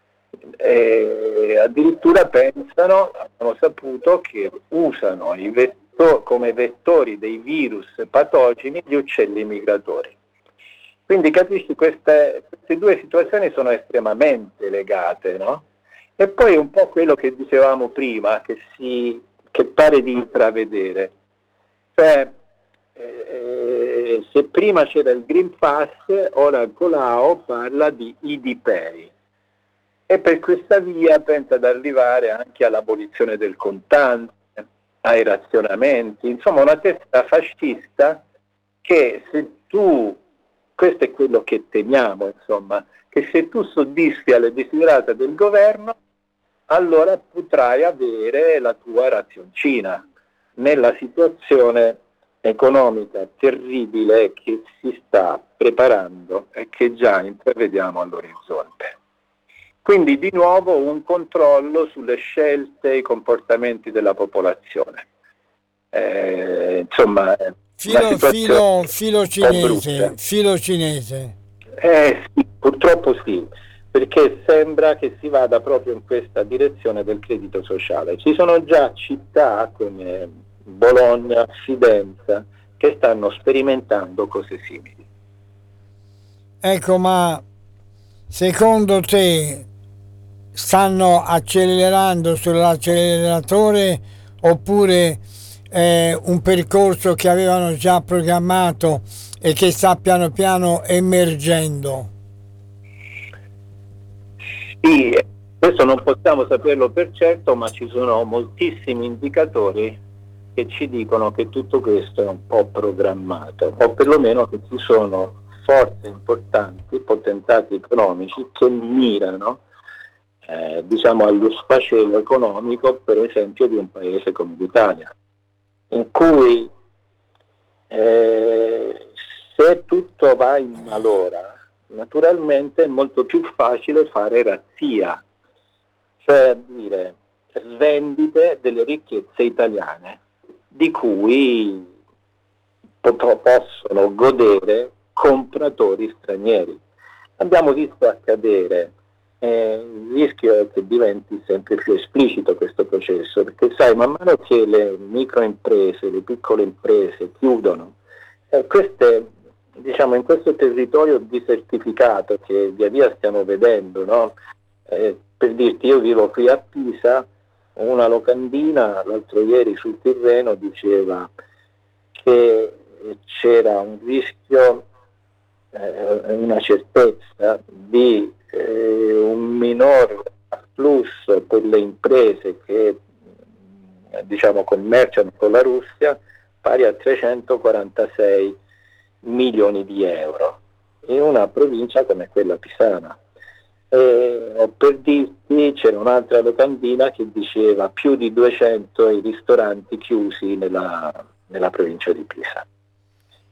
E addirittura pensano, hanno saputo che usano i vetto- come vettori dei virus patogeni gli uccelli migratori. Quindi capisci, queste, queste due situazioni sono estremamente legate, no? E poi un po' quello che dicevamo prima, che, si, che pare di intravedere. Cioè, eh, se prima c'era il Green Pass, ora Colau parla di I D Pay. E per questa via pensa ad arrivare anche all'abolizione del contante, ai razionamenti, insomma una testa fascista che se tu, questo è quello che temiamo, insomma, che se tu soddisfi alle desiderata del governo, allora potrai avere la tua razioncina nella situazione economica terribile che si sta preparando e che già intravediamo all'orizzonte. Quindi di nuovo un controllo sulle scelte e i comportamenti della popolazione. Eh, insomma, filo, filo, filo cinese, filo cinese. Eh sì, purtroppo sì, perché sembra che si vada proprio in questa direzione del credito sociale. Ci sono già città come Bologna, Fidenza, che stanno sperimentando cose simili. Ecco, ma secondo te stanno accelerando sull'acceleratore oppure è un percorso che avevano già programmato e che sta piano piano emergendo? Sì, questo non possiamo saperlo per certo, ma ci sono moltissimi indicatori che ci dicono che tutto questo è un po' programmato, o perlomeno che ci sono forze importanti, potentati economici che mirano Eh, diciamo allo sfacelo economico, per esempio, di un paese come l'Italia, in cui eh, se tutto va in malora, naturalmente è molto più facile fare razzia, cioè a dire svendite delle ricchezze italiane di cui pot- possono godere compratori stranieri. Abbiamo visto accadere. Eh, il rischio è che diventi sempre più esplicito questo processo, perché sai, man mano che le microimprese, le piccole imprese chiudono, eh, queste, diciamo, in questo territorio disertificato che via via stiamo vedendo, no? Eh, per dirti, io vivo qui a Pisa, una locandina l'altro ieri sul Tirreno diceva che c'era un rischio, eh, una certezza di Eh, un minor afflusso per le imprese che eh, diciamo commerciano con la Russia, pari a trecentoquarantasei milioni di euro in una provincia come quella pisana. E, per dirti, c'era un'altra locandina che diceva più di duecento i ristoranti chiusi nella, nella provincia di Pisa.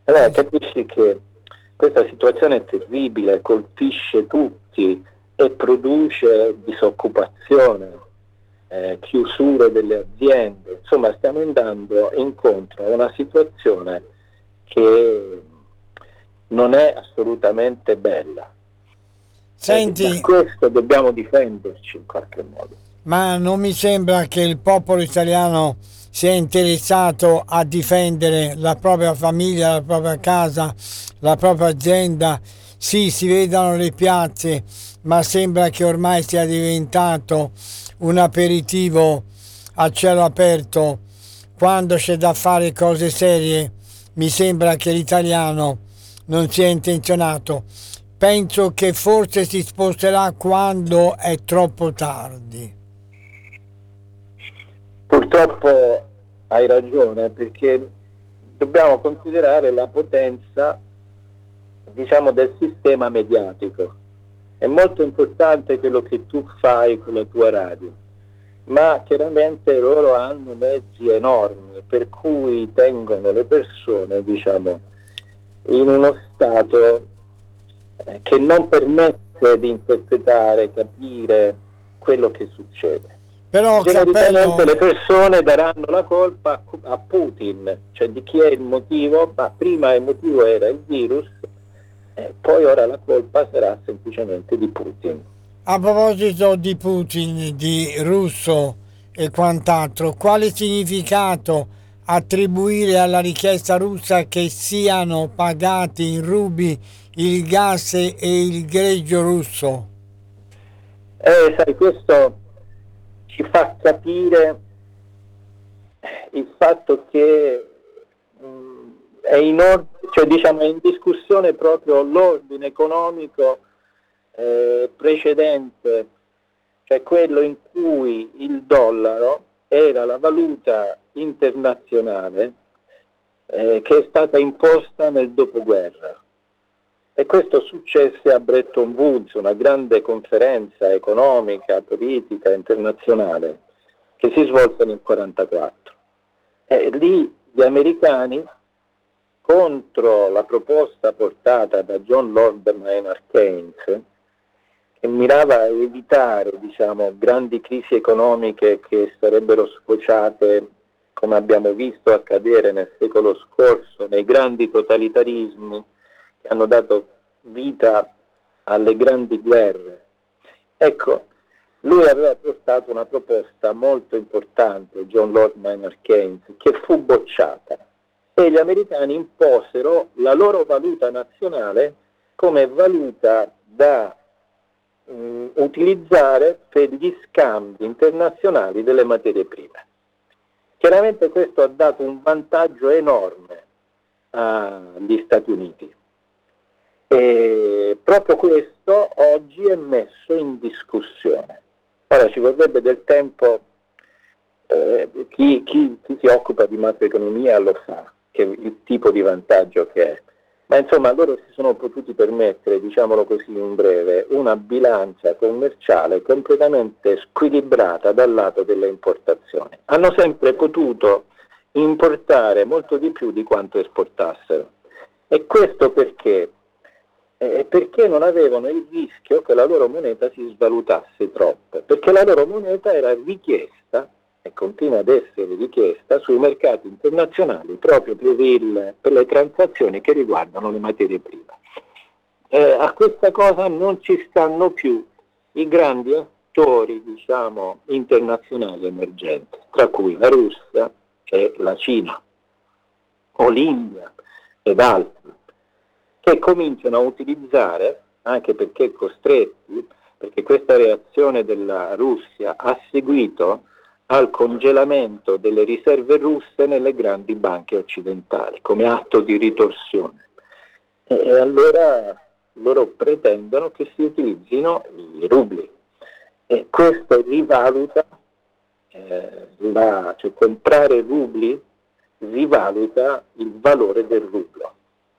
Allora capisci che questa situazione è terribile, colpisce tutti e produce disoccupazione, eh, chiusure delle aziende, insomma stiamo andando incontro a una situazione che non è assolutamente bella. Senti, e da questo dobbiamo difenderci in qualche modo. Ma non mi sembra che il popolo italiano sia interessato a difendere la propria famiglia, la propria casa, la propria azienda. Sì, si vedono le piazze, ma sembra che ormai sia diventato un aperitivo a cielo aperto. Quando c'è da fare cose serie, mi sembra che l'italiano non sia intenzionato. Penso che forse si sposterà quando è troppo tardi. Purtroppo hai ragione, perché dobbiamo considerare la potenza, diciamo, del sistema mediatico. È molto importante quello che tu fai con la tua radio, ma chiaramente loro hanno mezzi enormi, per cui tengono le persone, diciamo, in uno stato eh, che non permette di interpretare, capire quello che succede. Però Genericamente le persone daranno la colpa a Putin, cioè di chi è il motivo, ma prima il motivo era il virus, e poi ora la colpa sarà semplicemente di Putin. A proposito di Putin, di russo e quant'altro, quale significato attribuire alla richiesta russa che siano pagati in rubli il gas e il greggio russo? Eh, sai, questo ci fa capire il fatto che mh, è, in or- cioè, diciamo, è in discussione proprio l'ordine economico eh, precedente, cioè quello in cui il dollaro era la valuta internazionale eh, che è stata imposta nel dopoguerra. E questo successe a Bretton Woods, una grande conferenza economica, politica, internazionale, che si svolse nel millenovecentoquarantaquattro. E lì gli americani, contro la proposta portata da John Lord Maynard Keynes, che mirava a evitare, diciamo, grandi crisi economiche che sarebbero sfociate, come abbiamo visto accadere nel secolo scorso, nei grandi totalitarismi, che hanno dato vita alle grandi guerre. Ecco, lui aveva portato una proposta molto importante, John Lord Maynard Keynes, che fu bocciata, e gli americani imposero la loro valuta nazionale come valuta da mh, utilizzare per gli scambi internazionali delle materie prime. Chiaramente questo ha dato un vantaggio enorme agli Stati Uniti. E proprio questo oggi è messo in discussione. Ora ci vorrebbe del tempo, eh, chi, chi, chi si occupa di macroeconomia lo sa, che il tipo di vantaggio che è. Ma insomma loro si sono potuti permettere, diciamolo così in breve, una bilancia commerciale completamente squilibrata dal lato delle importazioni. Hanno sempre potuto importare molto di più di quanto esportassero. E questo perché? Eh, perché non avevano il rischio che la loro moneta si svalutasse troppo, perché la loro moneta era richiesta e continua ad essere richiesta sui mercati internazionali proprio per, il, per le transazioni che riguardano le materie prime. Eh, a questa cosa non ci stanno più i grandi attori, diciamo, internazionali emergenti, tra cui la Russia e la Cina o l'India ed altri, che cominciano a utilizzare, anche perché costretti, perché questa reazione della Russia ha seguito al congelamento delle riserve russe nelle grandi banche occidentali, come atto di ritorsione. E allora loro pretendono che si utilizzino i rubli. E questo rivaluta, eh, la, cioè comprare rubli rivaluta il valore del rublo.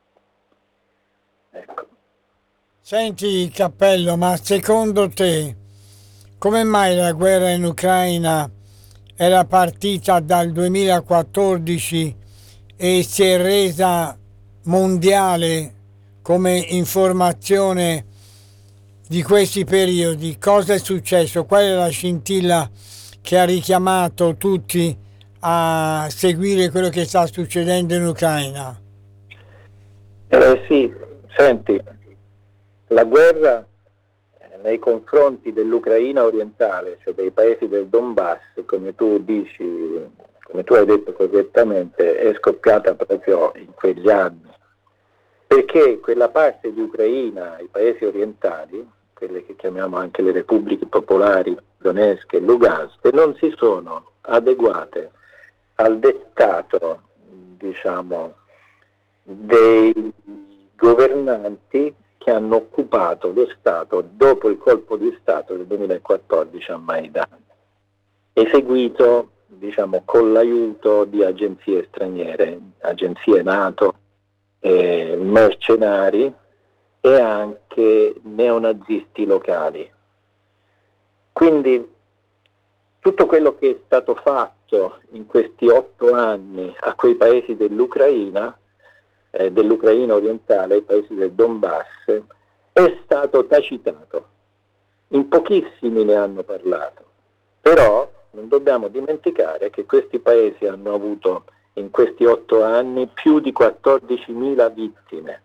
Ecco. Senti Cappello, ma secondo te come mai la guerra in Ucraina era partita dal duemilaquattordici e si è resa mondiale come informazione di questi periodi? Cosa è successo? Qual è la scintilla che ha richiamato tutti a seguire quello che sta succedendo in Ucraina? Eh, sì, senti, la guerra nei confronti dell'Ucraina orientale, cioè dei paesi del Donbass, come tu dici, come tu hai detto correttamente, è scoppiata proprio in quegli anni, perché quella parte di Ucraina, i paesi orientali, quelle che chiamiamo anche le repubbliche popolari, Donetsk e Lugansk, non si sono adeguate al dettato, diciamo, dei governanti che hanno occupato lo Stato dopo il colpo di Stato del duemilaquattordici a Maidan, eseguito, diciamo, con l'aiuto di agenzie straniere, agenzie NATO, eh, mercenari e anche neonazisti locali. Quindi tutto quello che è stato fatto in questi otto anni a quei paesi dell'Ucraina, eh, dell'Ucraina orientale, i paesi del Donbass, è stato tacitato. In pochissimi ne hanno parlato, però non dobbiamo dimenticare che questi paesi hanno avuto in questi otto anni più di quattordicimila vittime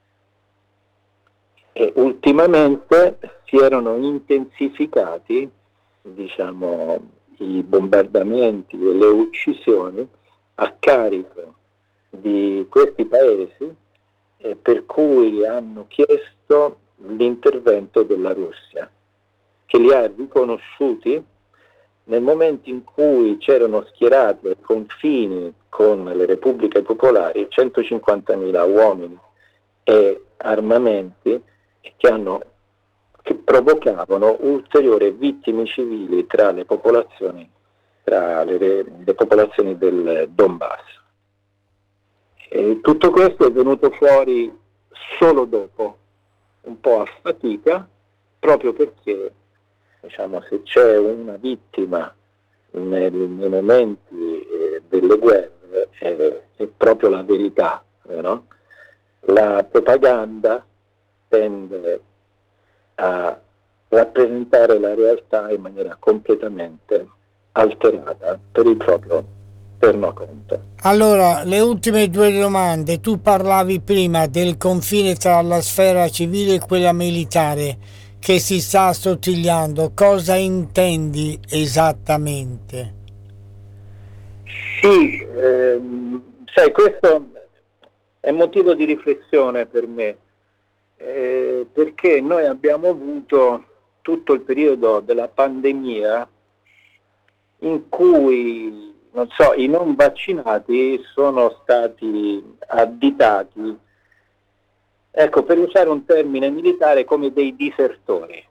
e ultimamente si erano intensificati, diciamo, i bombardamenti e le uccisioni a carico di questi paesi, eh, per cui hanno chiesto l'intervento della Russia, che li ha riconosciuti nel momento in cui c'erano schierati ai confini con le repubbliche popolari centocinquantamila uomini e armamenti che, hanno, che provocavano ulteriori vittime civili tra le popolazioni, tra le, le popolazioni del Donbass. E tutto questo è venuto fuori solo dopo, un po' a fatica, proprio perché, diciamo, se c'è una vittima nei, nei momenti eh, delle guerre eh, è proprio la verità, no? La propaganda tende a rappresentare la realtà in maniera completamente alterata per il proprio tornaconto. Allora, le ultime due domande. Tu parlavi prima del confine tra la sfera civile e quella militare che si sta assottigliando. Cosa intendi esattamente? Sì, ehm, sai, questo è motivo di riflessione per me, eh, perché noi abbiamo avuto tutto il periodo della pandemia in cui, non so, i non vaccinati sono stati additati, ecco, per usare un termine militare, come dei disertori.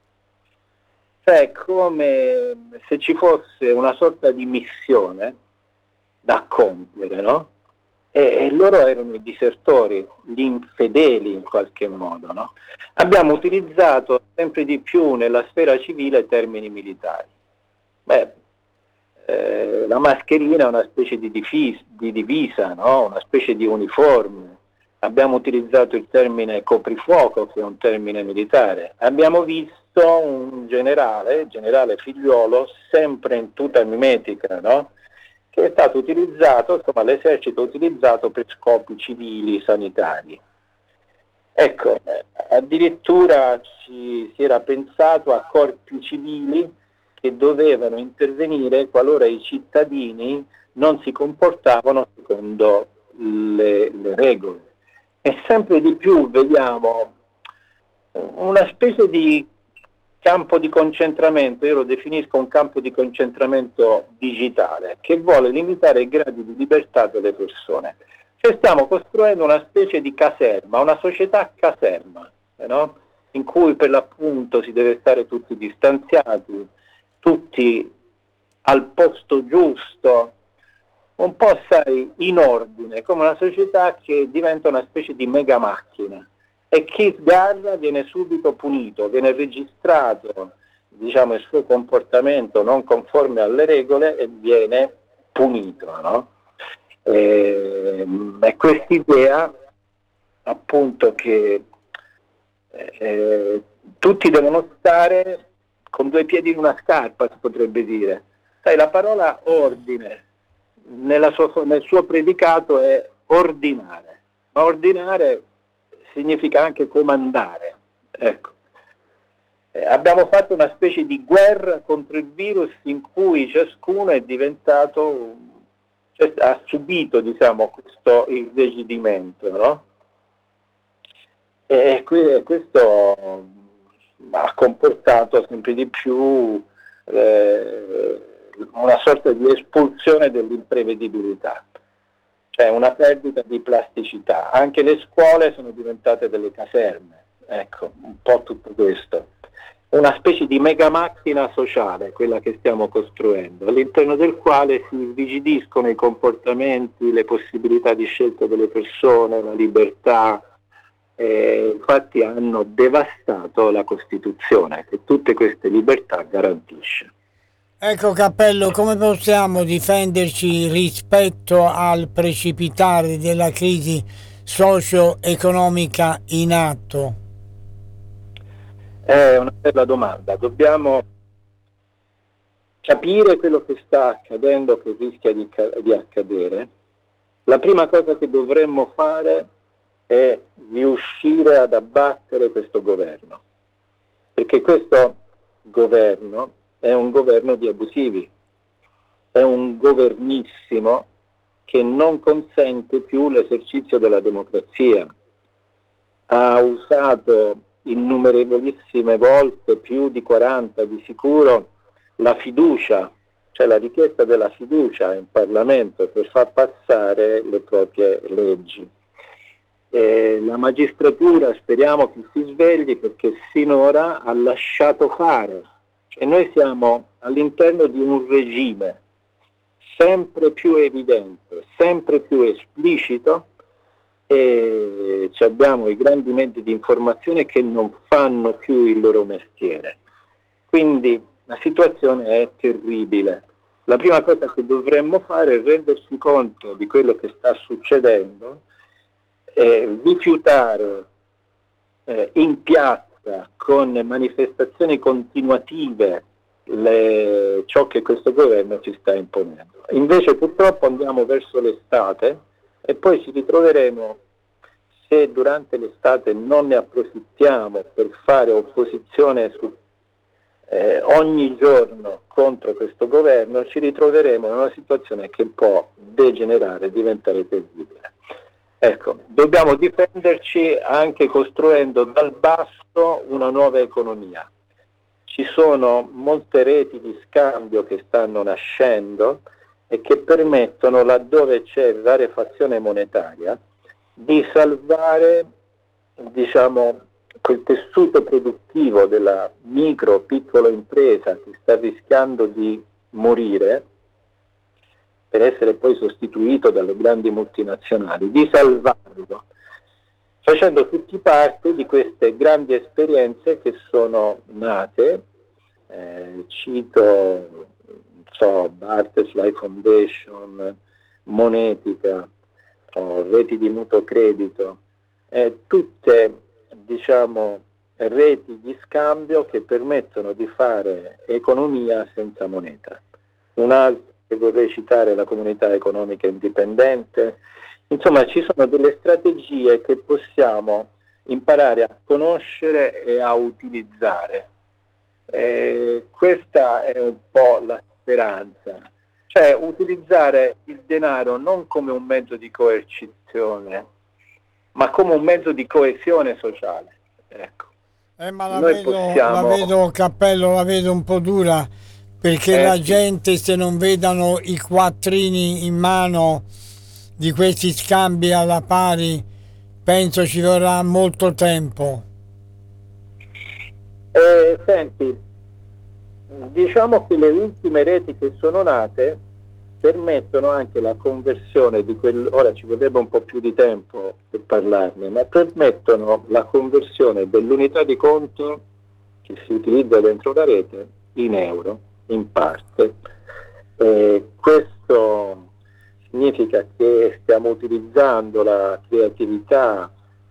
Cioè, come se ci fosse una sorta di missione da compiere, no? E, e loro erano i disertori, gli infedeli in qualche modo, no? Abbiamo utilizzato sempre di più nella sfera civile termini militari. Beh, eh, la mascherina è una specie di, difis- di divisa, no? Una specie di uniforme. Abbiamo utilizzato il termine coprifuoco, che è un termine militare. Abbiamo visto un generale, generale Figliuolo, sempre in tuta mimetica, no? Che è stato utilizzato, insomma, l'esercito ha utilizzato per scopi civili, sanitari. Ecco, addirittura ci si era pensato a corpi civili che dovevano intervenire qualora i cittadini non si comportavano secondo le, le regole. E sempre di più vediamo una specie di campo di concentramento, io lo definisco un campo di concentramento digitale, che vuole limitare i gradi di libertà delle persone. Cioè stiamo costruendo una specie di caserma, una società caserma, no? In cui per l'appunto si deve stare tutti distanziati, tutti al posto giusto, un po' sai, in ordine, come una società che diventa una specie di mega macchina. E chi sgarra viene subito punito, viene registrato, diciamo, il suo comportamento non conforme alle regole e viene punito, no? E, e quest'idea appunto che eh, tutti devono stare con due piedi in una scarpa, si potrebbe dire. Sai, la parola ordine nella sua, nel suo predicato è ordinare, ma ordinare significa anche comandare. Ecco. Eh, abbiamo fatto una specie di guerra contro il virus in cui ciascuno è diventato, cioè, ha subito, diciamo, questo irrigidimento, no? E qui, questo ha comportato sempre di più eh, una sorta di espulsione dell'imprevedibilità, cioè una perdita di plasticità. Anche le scuole sono diventate delle caserme, ecco, un po' tutto questo. Una specie di mega macchina sociale, quella che stiamo costruendo, all'interno del quale si irrigidiscono i comportamenti, le possibilità di scelta delle persone, la libertà. Eh, infatti hanno devastato la Costituzione, che tutte queste libertà garantisce. Ecco Cappello, come possiamo difenderci rispetto al precipitare della crisi socio-economica in atto? È una bella domanda. Dobbiamo capire quello che sta accadendo, che rischia di, di accadere. La prima cosa che dovremmo fare è riuscire ad abbattere questo governo, perché questo governo è un governo di abusivi, è un governissimo che non consente più l'esercizio della democrazia. Ha usato innumerevolissime volte, più di quaranta di sicuro, la fiducia, cioè la richiesta della fiducia in Parlamento per far passare le proprie leggi. Eh, la magistratura speriamo che si svegli, perché sinora ha lasciato fare. Cioè, noi siamo all'interno di un regime sempre più evidente, sempre più esplicito, e abbiamo i grandi mezzi di informazione che non fanno più il loro mestiere. Quindi la situazione è terribile. La prima cosa che dovremmo fare è rendersi conto di quello che sta succedendo, eh, rifiutare eh, in piazza con manifestazioni continuative le, ciò che questo governo ci sta imponendo. Invece purtroppo andiamo verso l'estate e poi ci ritroveremo, se durante l'estate non ne approfittiamo per fare opposizione su, eh, ogni giorno contro questo governo, ci ritroveremo in una situazione che può degenerare, diventare terribile. Ecco, dobbiamo difenderci anche costruendo dal basso una nuova economia. Ci sono molte reti di scambio che stanno nascendo e che permettono, laddove c'è rarefazione monetaria, di salvare, diciamo, quel tessuto produttivo della micro, piccola impresa che sta rischiando di morire per essere poi sostituito dalle grandi multinazionali, di salvarlo, facendo tutti parte di queste grandi esperienze che sono nate, eh, cito, non so, Butterfly Foundation, Monetica, o reti di mutuo credito, eh, tutte, diciamo, reti di scambio che permettono di fare economia senza moneta. Un'altra che vorrei citare è la Comunità Economica Indipendente. Insomma, ci sono delle strategie che possiamo imparare a conoscere e a utilizzare. Eh, questa è un po' la speranza, cioè utilizzare il denaro non come un mezzo di coercizione, ma come un mezzo di coesione sociale. Ecco. Eh, ma la Noi vedo, possiamo... la vedo, Cappello, la vedo un po' dura, perché eh, la sì. gente, se non vedano i quattrini in mano di questi scambi alla pari, penso ci vorrà molto tempo. Eh, senti, diciamo che le ultime reti che sono nate permettono anche la conversione di quel, ora ci vorrebbe un po' più di tempo per parlarne, ma permettono la conversione dell'unità di conto che si utilizza dentro la rete in euro, in parte. Eh, questo significa che stiamo utilizzando la creatività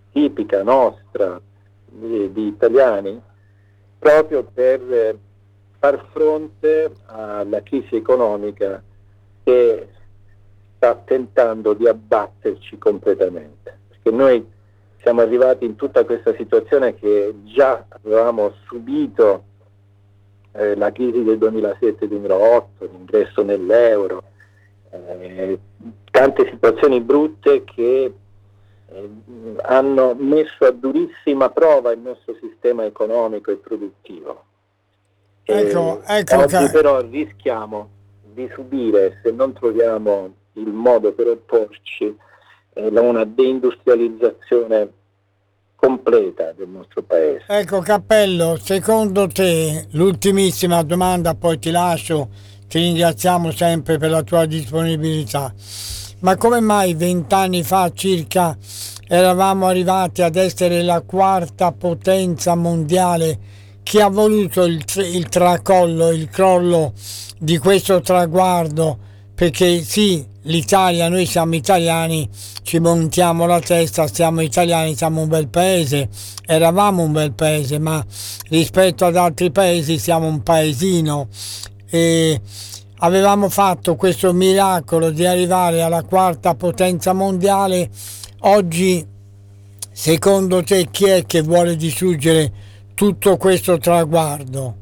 tipica nostra di, di italiani, proprio per eh, far fronte alla crisi economica che sta tentando di abbatterci completamente, perché noi siamo arrivati in tutta questa situazione che già avevamo subito, eh, la crisi del duemilasette duemilaotto, l'ingresso nell'euro, eh, tante situazioni brutte che eh, hanno messo a durissima prova il nostro sistema economico e produttivo. Ecco, eh, ecco oggi che... però rischiamo di subire, se non troviamo il modo per opporci, eh, una deindustrializzazione completa del nostro paese. Ecco Cappello, secondo te, l'ultimissima domanda, poi ti lascio, ti ringraziamo sempre per la tua disponibilità, ma come mai vent'anni fa circa eravamo arrivati ad essere la quarta potenza mondiale? Chi ha voluto il, il tracollo, il crollo di questo traguardo? Perché sì, l'Italia, noi siamo italiani, ci montiamo la testa, siamo italiani, siamo un bel paese, eravamo un bel paese, ma rispetto ad altri paesi siamo un paesino, e avevamo fatto questo miracolo di arrivare alla quarta potenza mondiale. Oggi, secondo te, chi è che vuole distruggere tutto questo traguardo?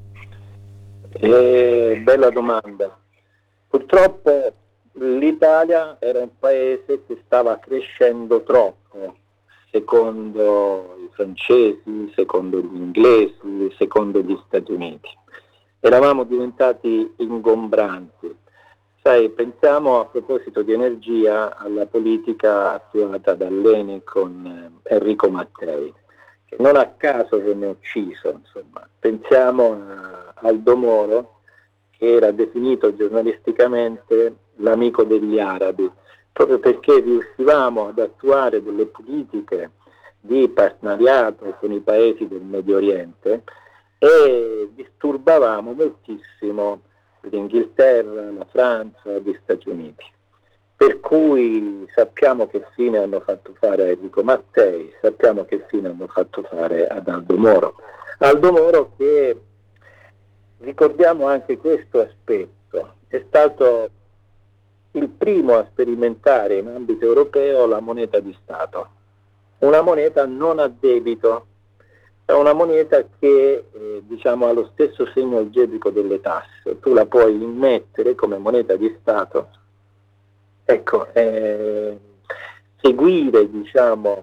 Eh, bella domanda. Purtroppo l'Italia era un paese che stava crescendo troppo, secondo i francesi, secondo gli inglesi, secondo gli Stati Uniti. Eravamo diventati ingombranti. Sai, pensiamo, a proposito di energia, alla politica attuata dall'Eni con Enrico Mattei, che non a caso venne ucciso, insomma. Pensiamo a Aldo Moro, che era definito giornalisticamente l'amico degli arabi, proprio perché riuscivamo ad attuare delle politiche di partenariato con i paesi del Medio Oriente e disturbavamo moltissimo l'Inghilterra, la Francia, gli Stati Uniti. Per cui sappiamo che fine hanno fatto fare a Enrico Mattei, sappiamo che fine hanno fatto fare ad Aldo Moro. Aldo Moro che, ricordiamo anche questo aspetto, è stato il primo a sperimentare in ambito europeo la moneta di Stato, una moneta non a debito, è una moneta che eh, diciamo ha lo stesso segno algebrico delle tasse, tu la puoi immettere come moneta di Stato. Ecco, eh, seguire diciamo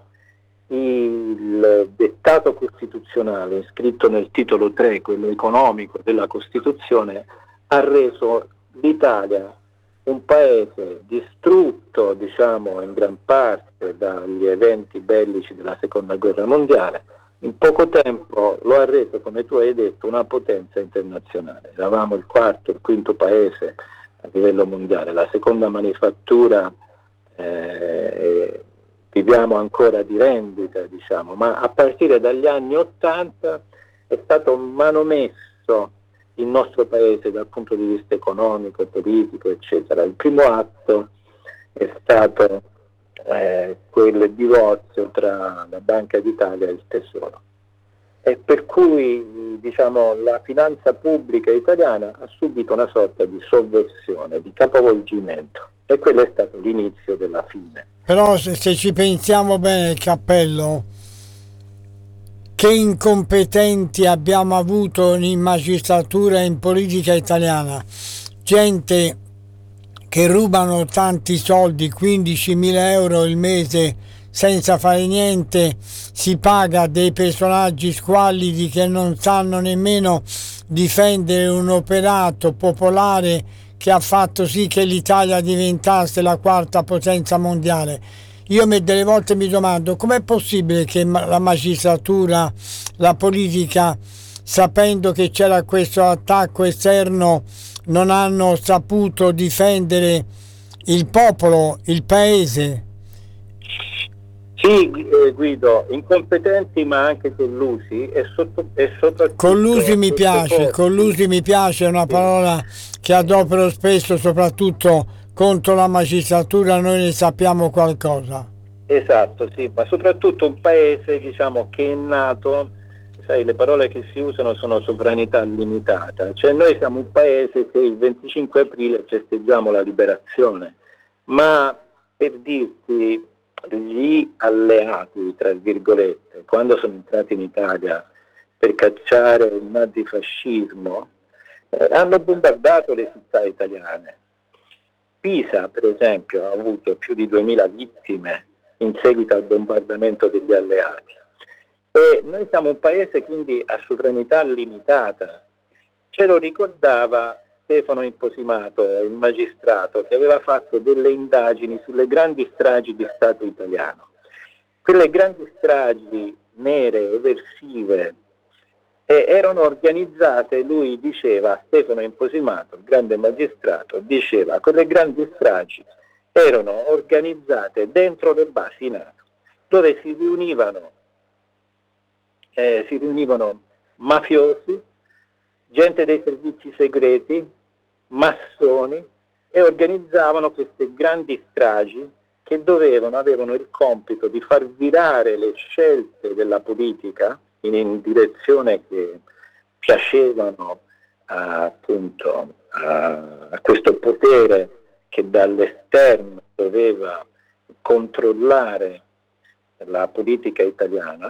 il dettato costituzionale scritto nel titolo tre, quello economico della Costituzione, ha reso l'Italia un paese distrutto, diciamo, in gran parte dagli eventi bellici della Seconda Guerra Mondiale. In poco tempo lo ha reso, come tu hai detto, una potenza internazionale. Eravamo il quarto, il quinto paese a livello mondiale, la seconda manifattura, eh, viviamo ancora di rendita, diciamo, ma a partire dagli anni Ottanta è stato manomesso il nostro paese dal punto di vista economico, politico, eccetera. Il primo atto è stato eh, quel divorzio tra la Banca d'Italia e il Tesoro, e per cui diciamo la finanza pubblica italiana ha subito una sorta di sovversione, di capovolgimento, e quello è stato l'inizio della fine. Però se, se ci pensiamo bene, Cappello, che incompetenti abbiamo avuto in magistratura e in politica italiana, gente che rubano tanti soldi, quindicimila euro il mese senza fare niente, si paga dei personaggi squallidi che non sanno nemmeno difendere un operato popolare che ha fatto sì che l'Italia diventasse la quarta potenza mondiale. Io me delle volte mi domando com'è possibile che la magistratura, la politica, sapendo che c'era questo attacco esterno, non hanno saputo difendere il popolo, il paese. Sì, eh, Guido, incompetenti ma anche collusi e, sotto, e soprattutto... Collusi mi piace, collusi mi piace, è una parola che adopero spesso, soprattutto contro la magistratura, noi ne sappiamo qualcosa. Esatto, sì, ma soprattutto un paese, diciamo, che è nato, sai, le parole che si usano sono sovranità limitata, cioè noi siamo un paese che il venticinque aprile festeggiamo la liberazione, ma per dirti, gli alleati, tra virgolette, quando sono entrati in Italia per cacciare il nazifascismo, eh, hanno bombardato le città italiane. Pisa, per esempio, ha avuto più di duemila vittime in seguito al bombardamento degli alleati. E noi siamo un paese quindi a sovranità limitata. Ce lo ricordava Stefano Imposimato, il magistrato, che aveva fatto delle indagini sulle grandi stragi di Stato italiano. Quelle grandi stragi nere, eversive, e erano organizzate, lui diceva, Stefano Imposimato, il grande magistrato, diceva, quelle grandi stragi erano organizzate dentro le basi NATO, dove si riunivano, eh, si riunivano mafiosi, gente dei servizi segreti, massoni, e organizzavano queste grandi stragi che dovevano, avevano il compito di far virare le scelte della politica in, in direzione che piacevano a, appunto a, a questo potere che dall'esterno doveva controllare la politica italiana.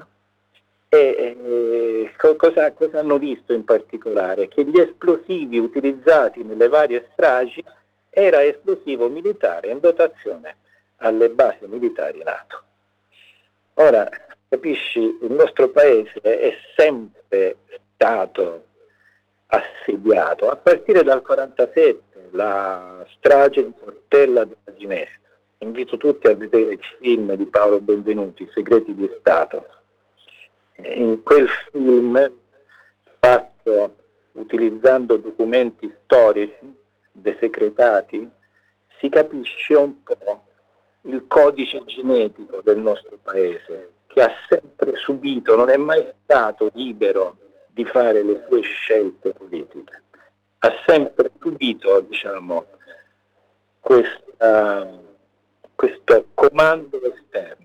E eh, cosa, cosa hanno visto in particolare? Che gli esplosivi utilizzati nelle varie stragi era esplosivo militare in dotazione alle basi militari NATO. Ora, capisci, il nostro paese è sempre stato assediato, a partire dal quarantasette, la strage di Portella della Ginestra. Invito tutti a vedere il film di Paolo Benvenuti, I segreti di Stato. In quel film, fatto utilizzando documenti storici desecretati, si capisce un po' il codice genetico del nostro paese, che ha sempre subito, non è mai stato libero di fare le sue scelte politiche, ha sempre subito, diciamo, questa, questo comando esterno.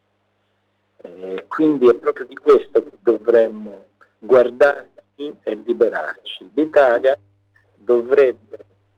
E quindi è proprio di questo che dovremmo guardarci e liberarci. L'Italia dovrebbe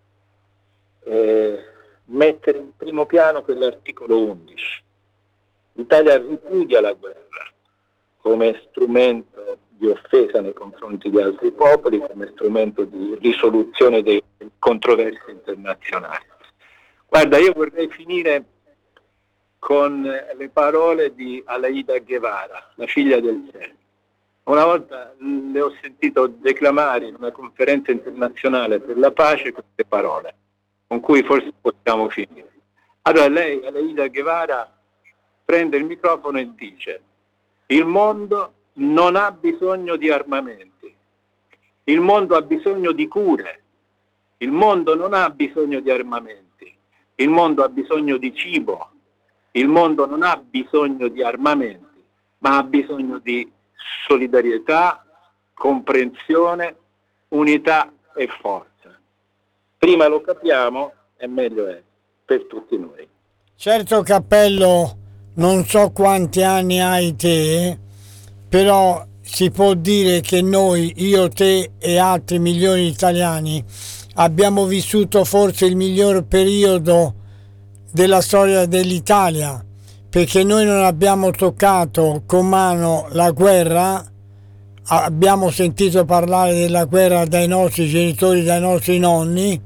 eh, mettere in primo piano quell'articolo undici. L'Italia ripudia la guerra come strumento di offesa nei confronti di altri popoli, come strumento di risoluzione dei controversie internazionali. Guarda, io vorrei finire con le parole di Aleida Guevara, la figlia del Che. Una volta le ho sentito declamare in una conferenza internazionale per la pace queste parole, con cui forse possiamo finire. Allora lei, Aleida Guevara, prende il microfono e dice: il mondo non ha bisogno di armamenti, il mondo ha bisogno di cure, il mondo non ha bisogno di armamenti, il mondo ha bisogno di cibo, il mondo non ha bisogno di armamenti, ma ha bisogno di solidarietà, comprensione, unità e forza. Prima lo capiamo e meglio è per tutti noi. Certo, Cappello, non so quanti anni hai te, però si può dire che noi, io, te e altri milioni di italiani, abbiamo vissuto forse il miglior periodo della storia dell'Italia, perché noi non abbiamo toccato con mano la guerra, abbiamo sentito parlare della guerra dai nostri genitori, dai nostri nonni.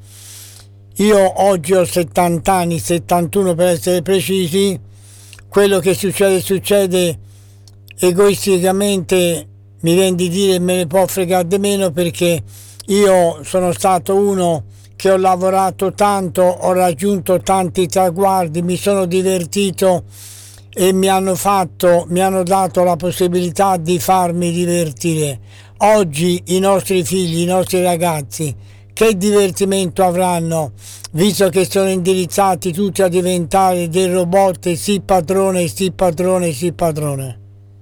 Io oggi ho settanta anni, settantuno per essere precisi. Quello che succede succede, egoisticamente mi viene di dire me ne può fregare di meno, perché io sono stato uno che ho lavorato tanto, ho raggiunto tanti traguardi, mi sono divertito e mi hanno fatto, mi hanno dato la possibilità di farmi divertire. Oggi i nostri figli, i nostri ragazzi, che divertimento avranno, visto che sono indirizzati tutti a diventare dei robot, sì padrone, sì padrone, sì padrone?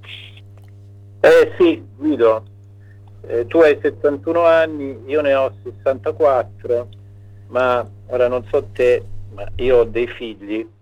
Eh sì, Guido, eh, tu hai settantuno anni, io ne ho sessantaquattro, ma ora non so te, ma io ho dei figli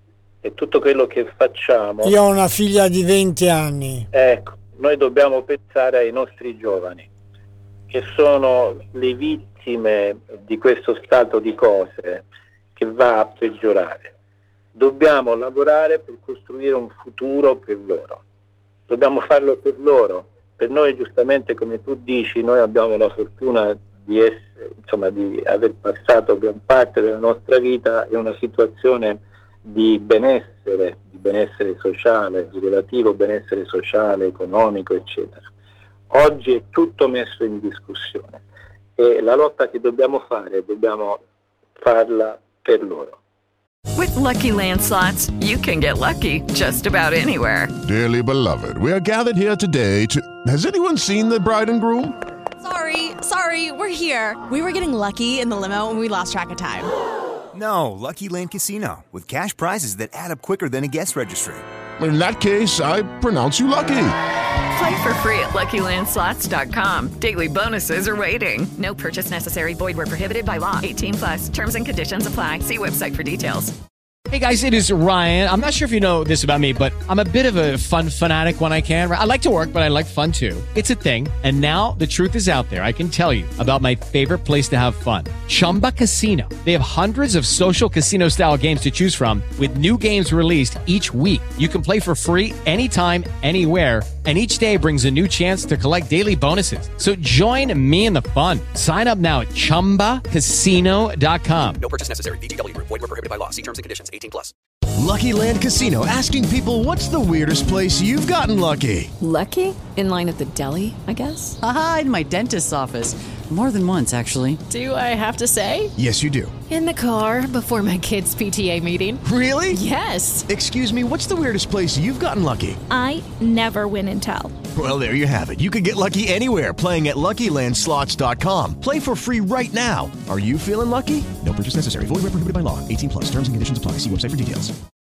e tutto quello che facciamo. Io ho una figlia di venti anni. Ecco, noi dobbiamo pensare ai nostri giovani, che sono le vittime di questo stato di cose che va a peggiorare. Dobbiamo lavorare per costruire un futuro per loro. Dobbiamo farlo per loro. Per noi, giustamente, come tu dici, noi abbiamo la fortuna di essere, insomma, di aver passato gran parte della nostra vita in una situazione di benessere, di benessere sociale, di relativo benessere sociale, economico, eccetera. Oggi è tutto messo in discussione e la lotta che dobbiamo fare, dobbiamo farla per loro. With Lucky Land Slots, you can get lucky just about anywhere. Dearly beloved, we are gathered here today to... Has anyone seen the bride and groom? Sorry, sorry, we're here. We were getting lucky in the limo and we lost track of time. No, Lucky Land Casino, with cash prizes that add up quicker than a guest registry. In that case, I pronounce you lucky. Play for free at Lucky Land Slots dot com. Daily bonuses are waiting. No purchase necessary. Void where prohibited by law. eighteen plus. Terms and conditions apply. See website for details. Hey guys, it is Ryan. I'm not sure if you know this about me, but I'm a bit of a fun fanatic when I can. I like to work, but I like fun too. It's a thing. And now the truth is out there. I can tell you about my favorite place to have fun. Chumba Casino. They have hundreds of social casino style games to choose from with new games released each week. You can play for free anytime, anywhere. And each day brings a new chance to collect daily bonuses. So join me in the fun. Sign up now at chumba casino dot com. No purchase necessary. V G W. Void where prohibited by law. See terms and conditions. eighteen plus. Lucky Land Casino, asking people, what's the weirdest place you've gotten lucky? Lucky? In line at the deli, I guess? Aha, in my dentist's office. More than once, actually. Do I have to say? Yes, you do. In the car before my kids' P T A meeting. Really? Yes. Excuse me, what's the weirdest place you've gotten lucky? I never win and tell. Well, there you have it. You can get lucky anywhere, playing at Lucky Land Slots dot com. Play for free right now. Are you feeling lucky? No purchase necessary. Void where prohibited by law. eighteen plus. Terms and conditions apply. See website for details.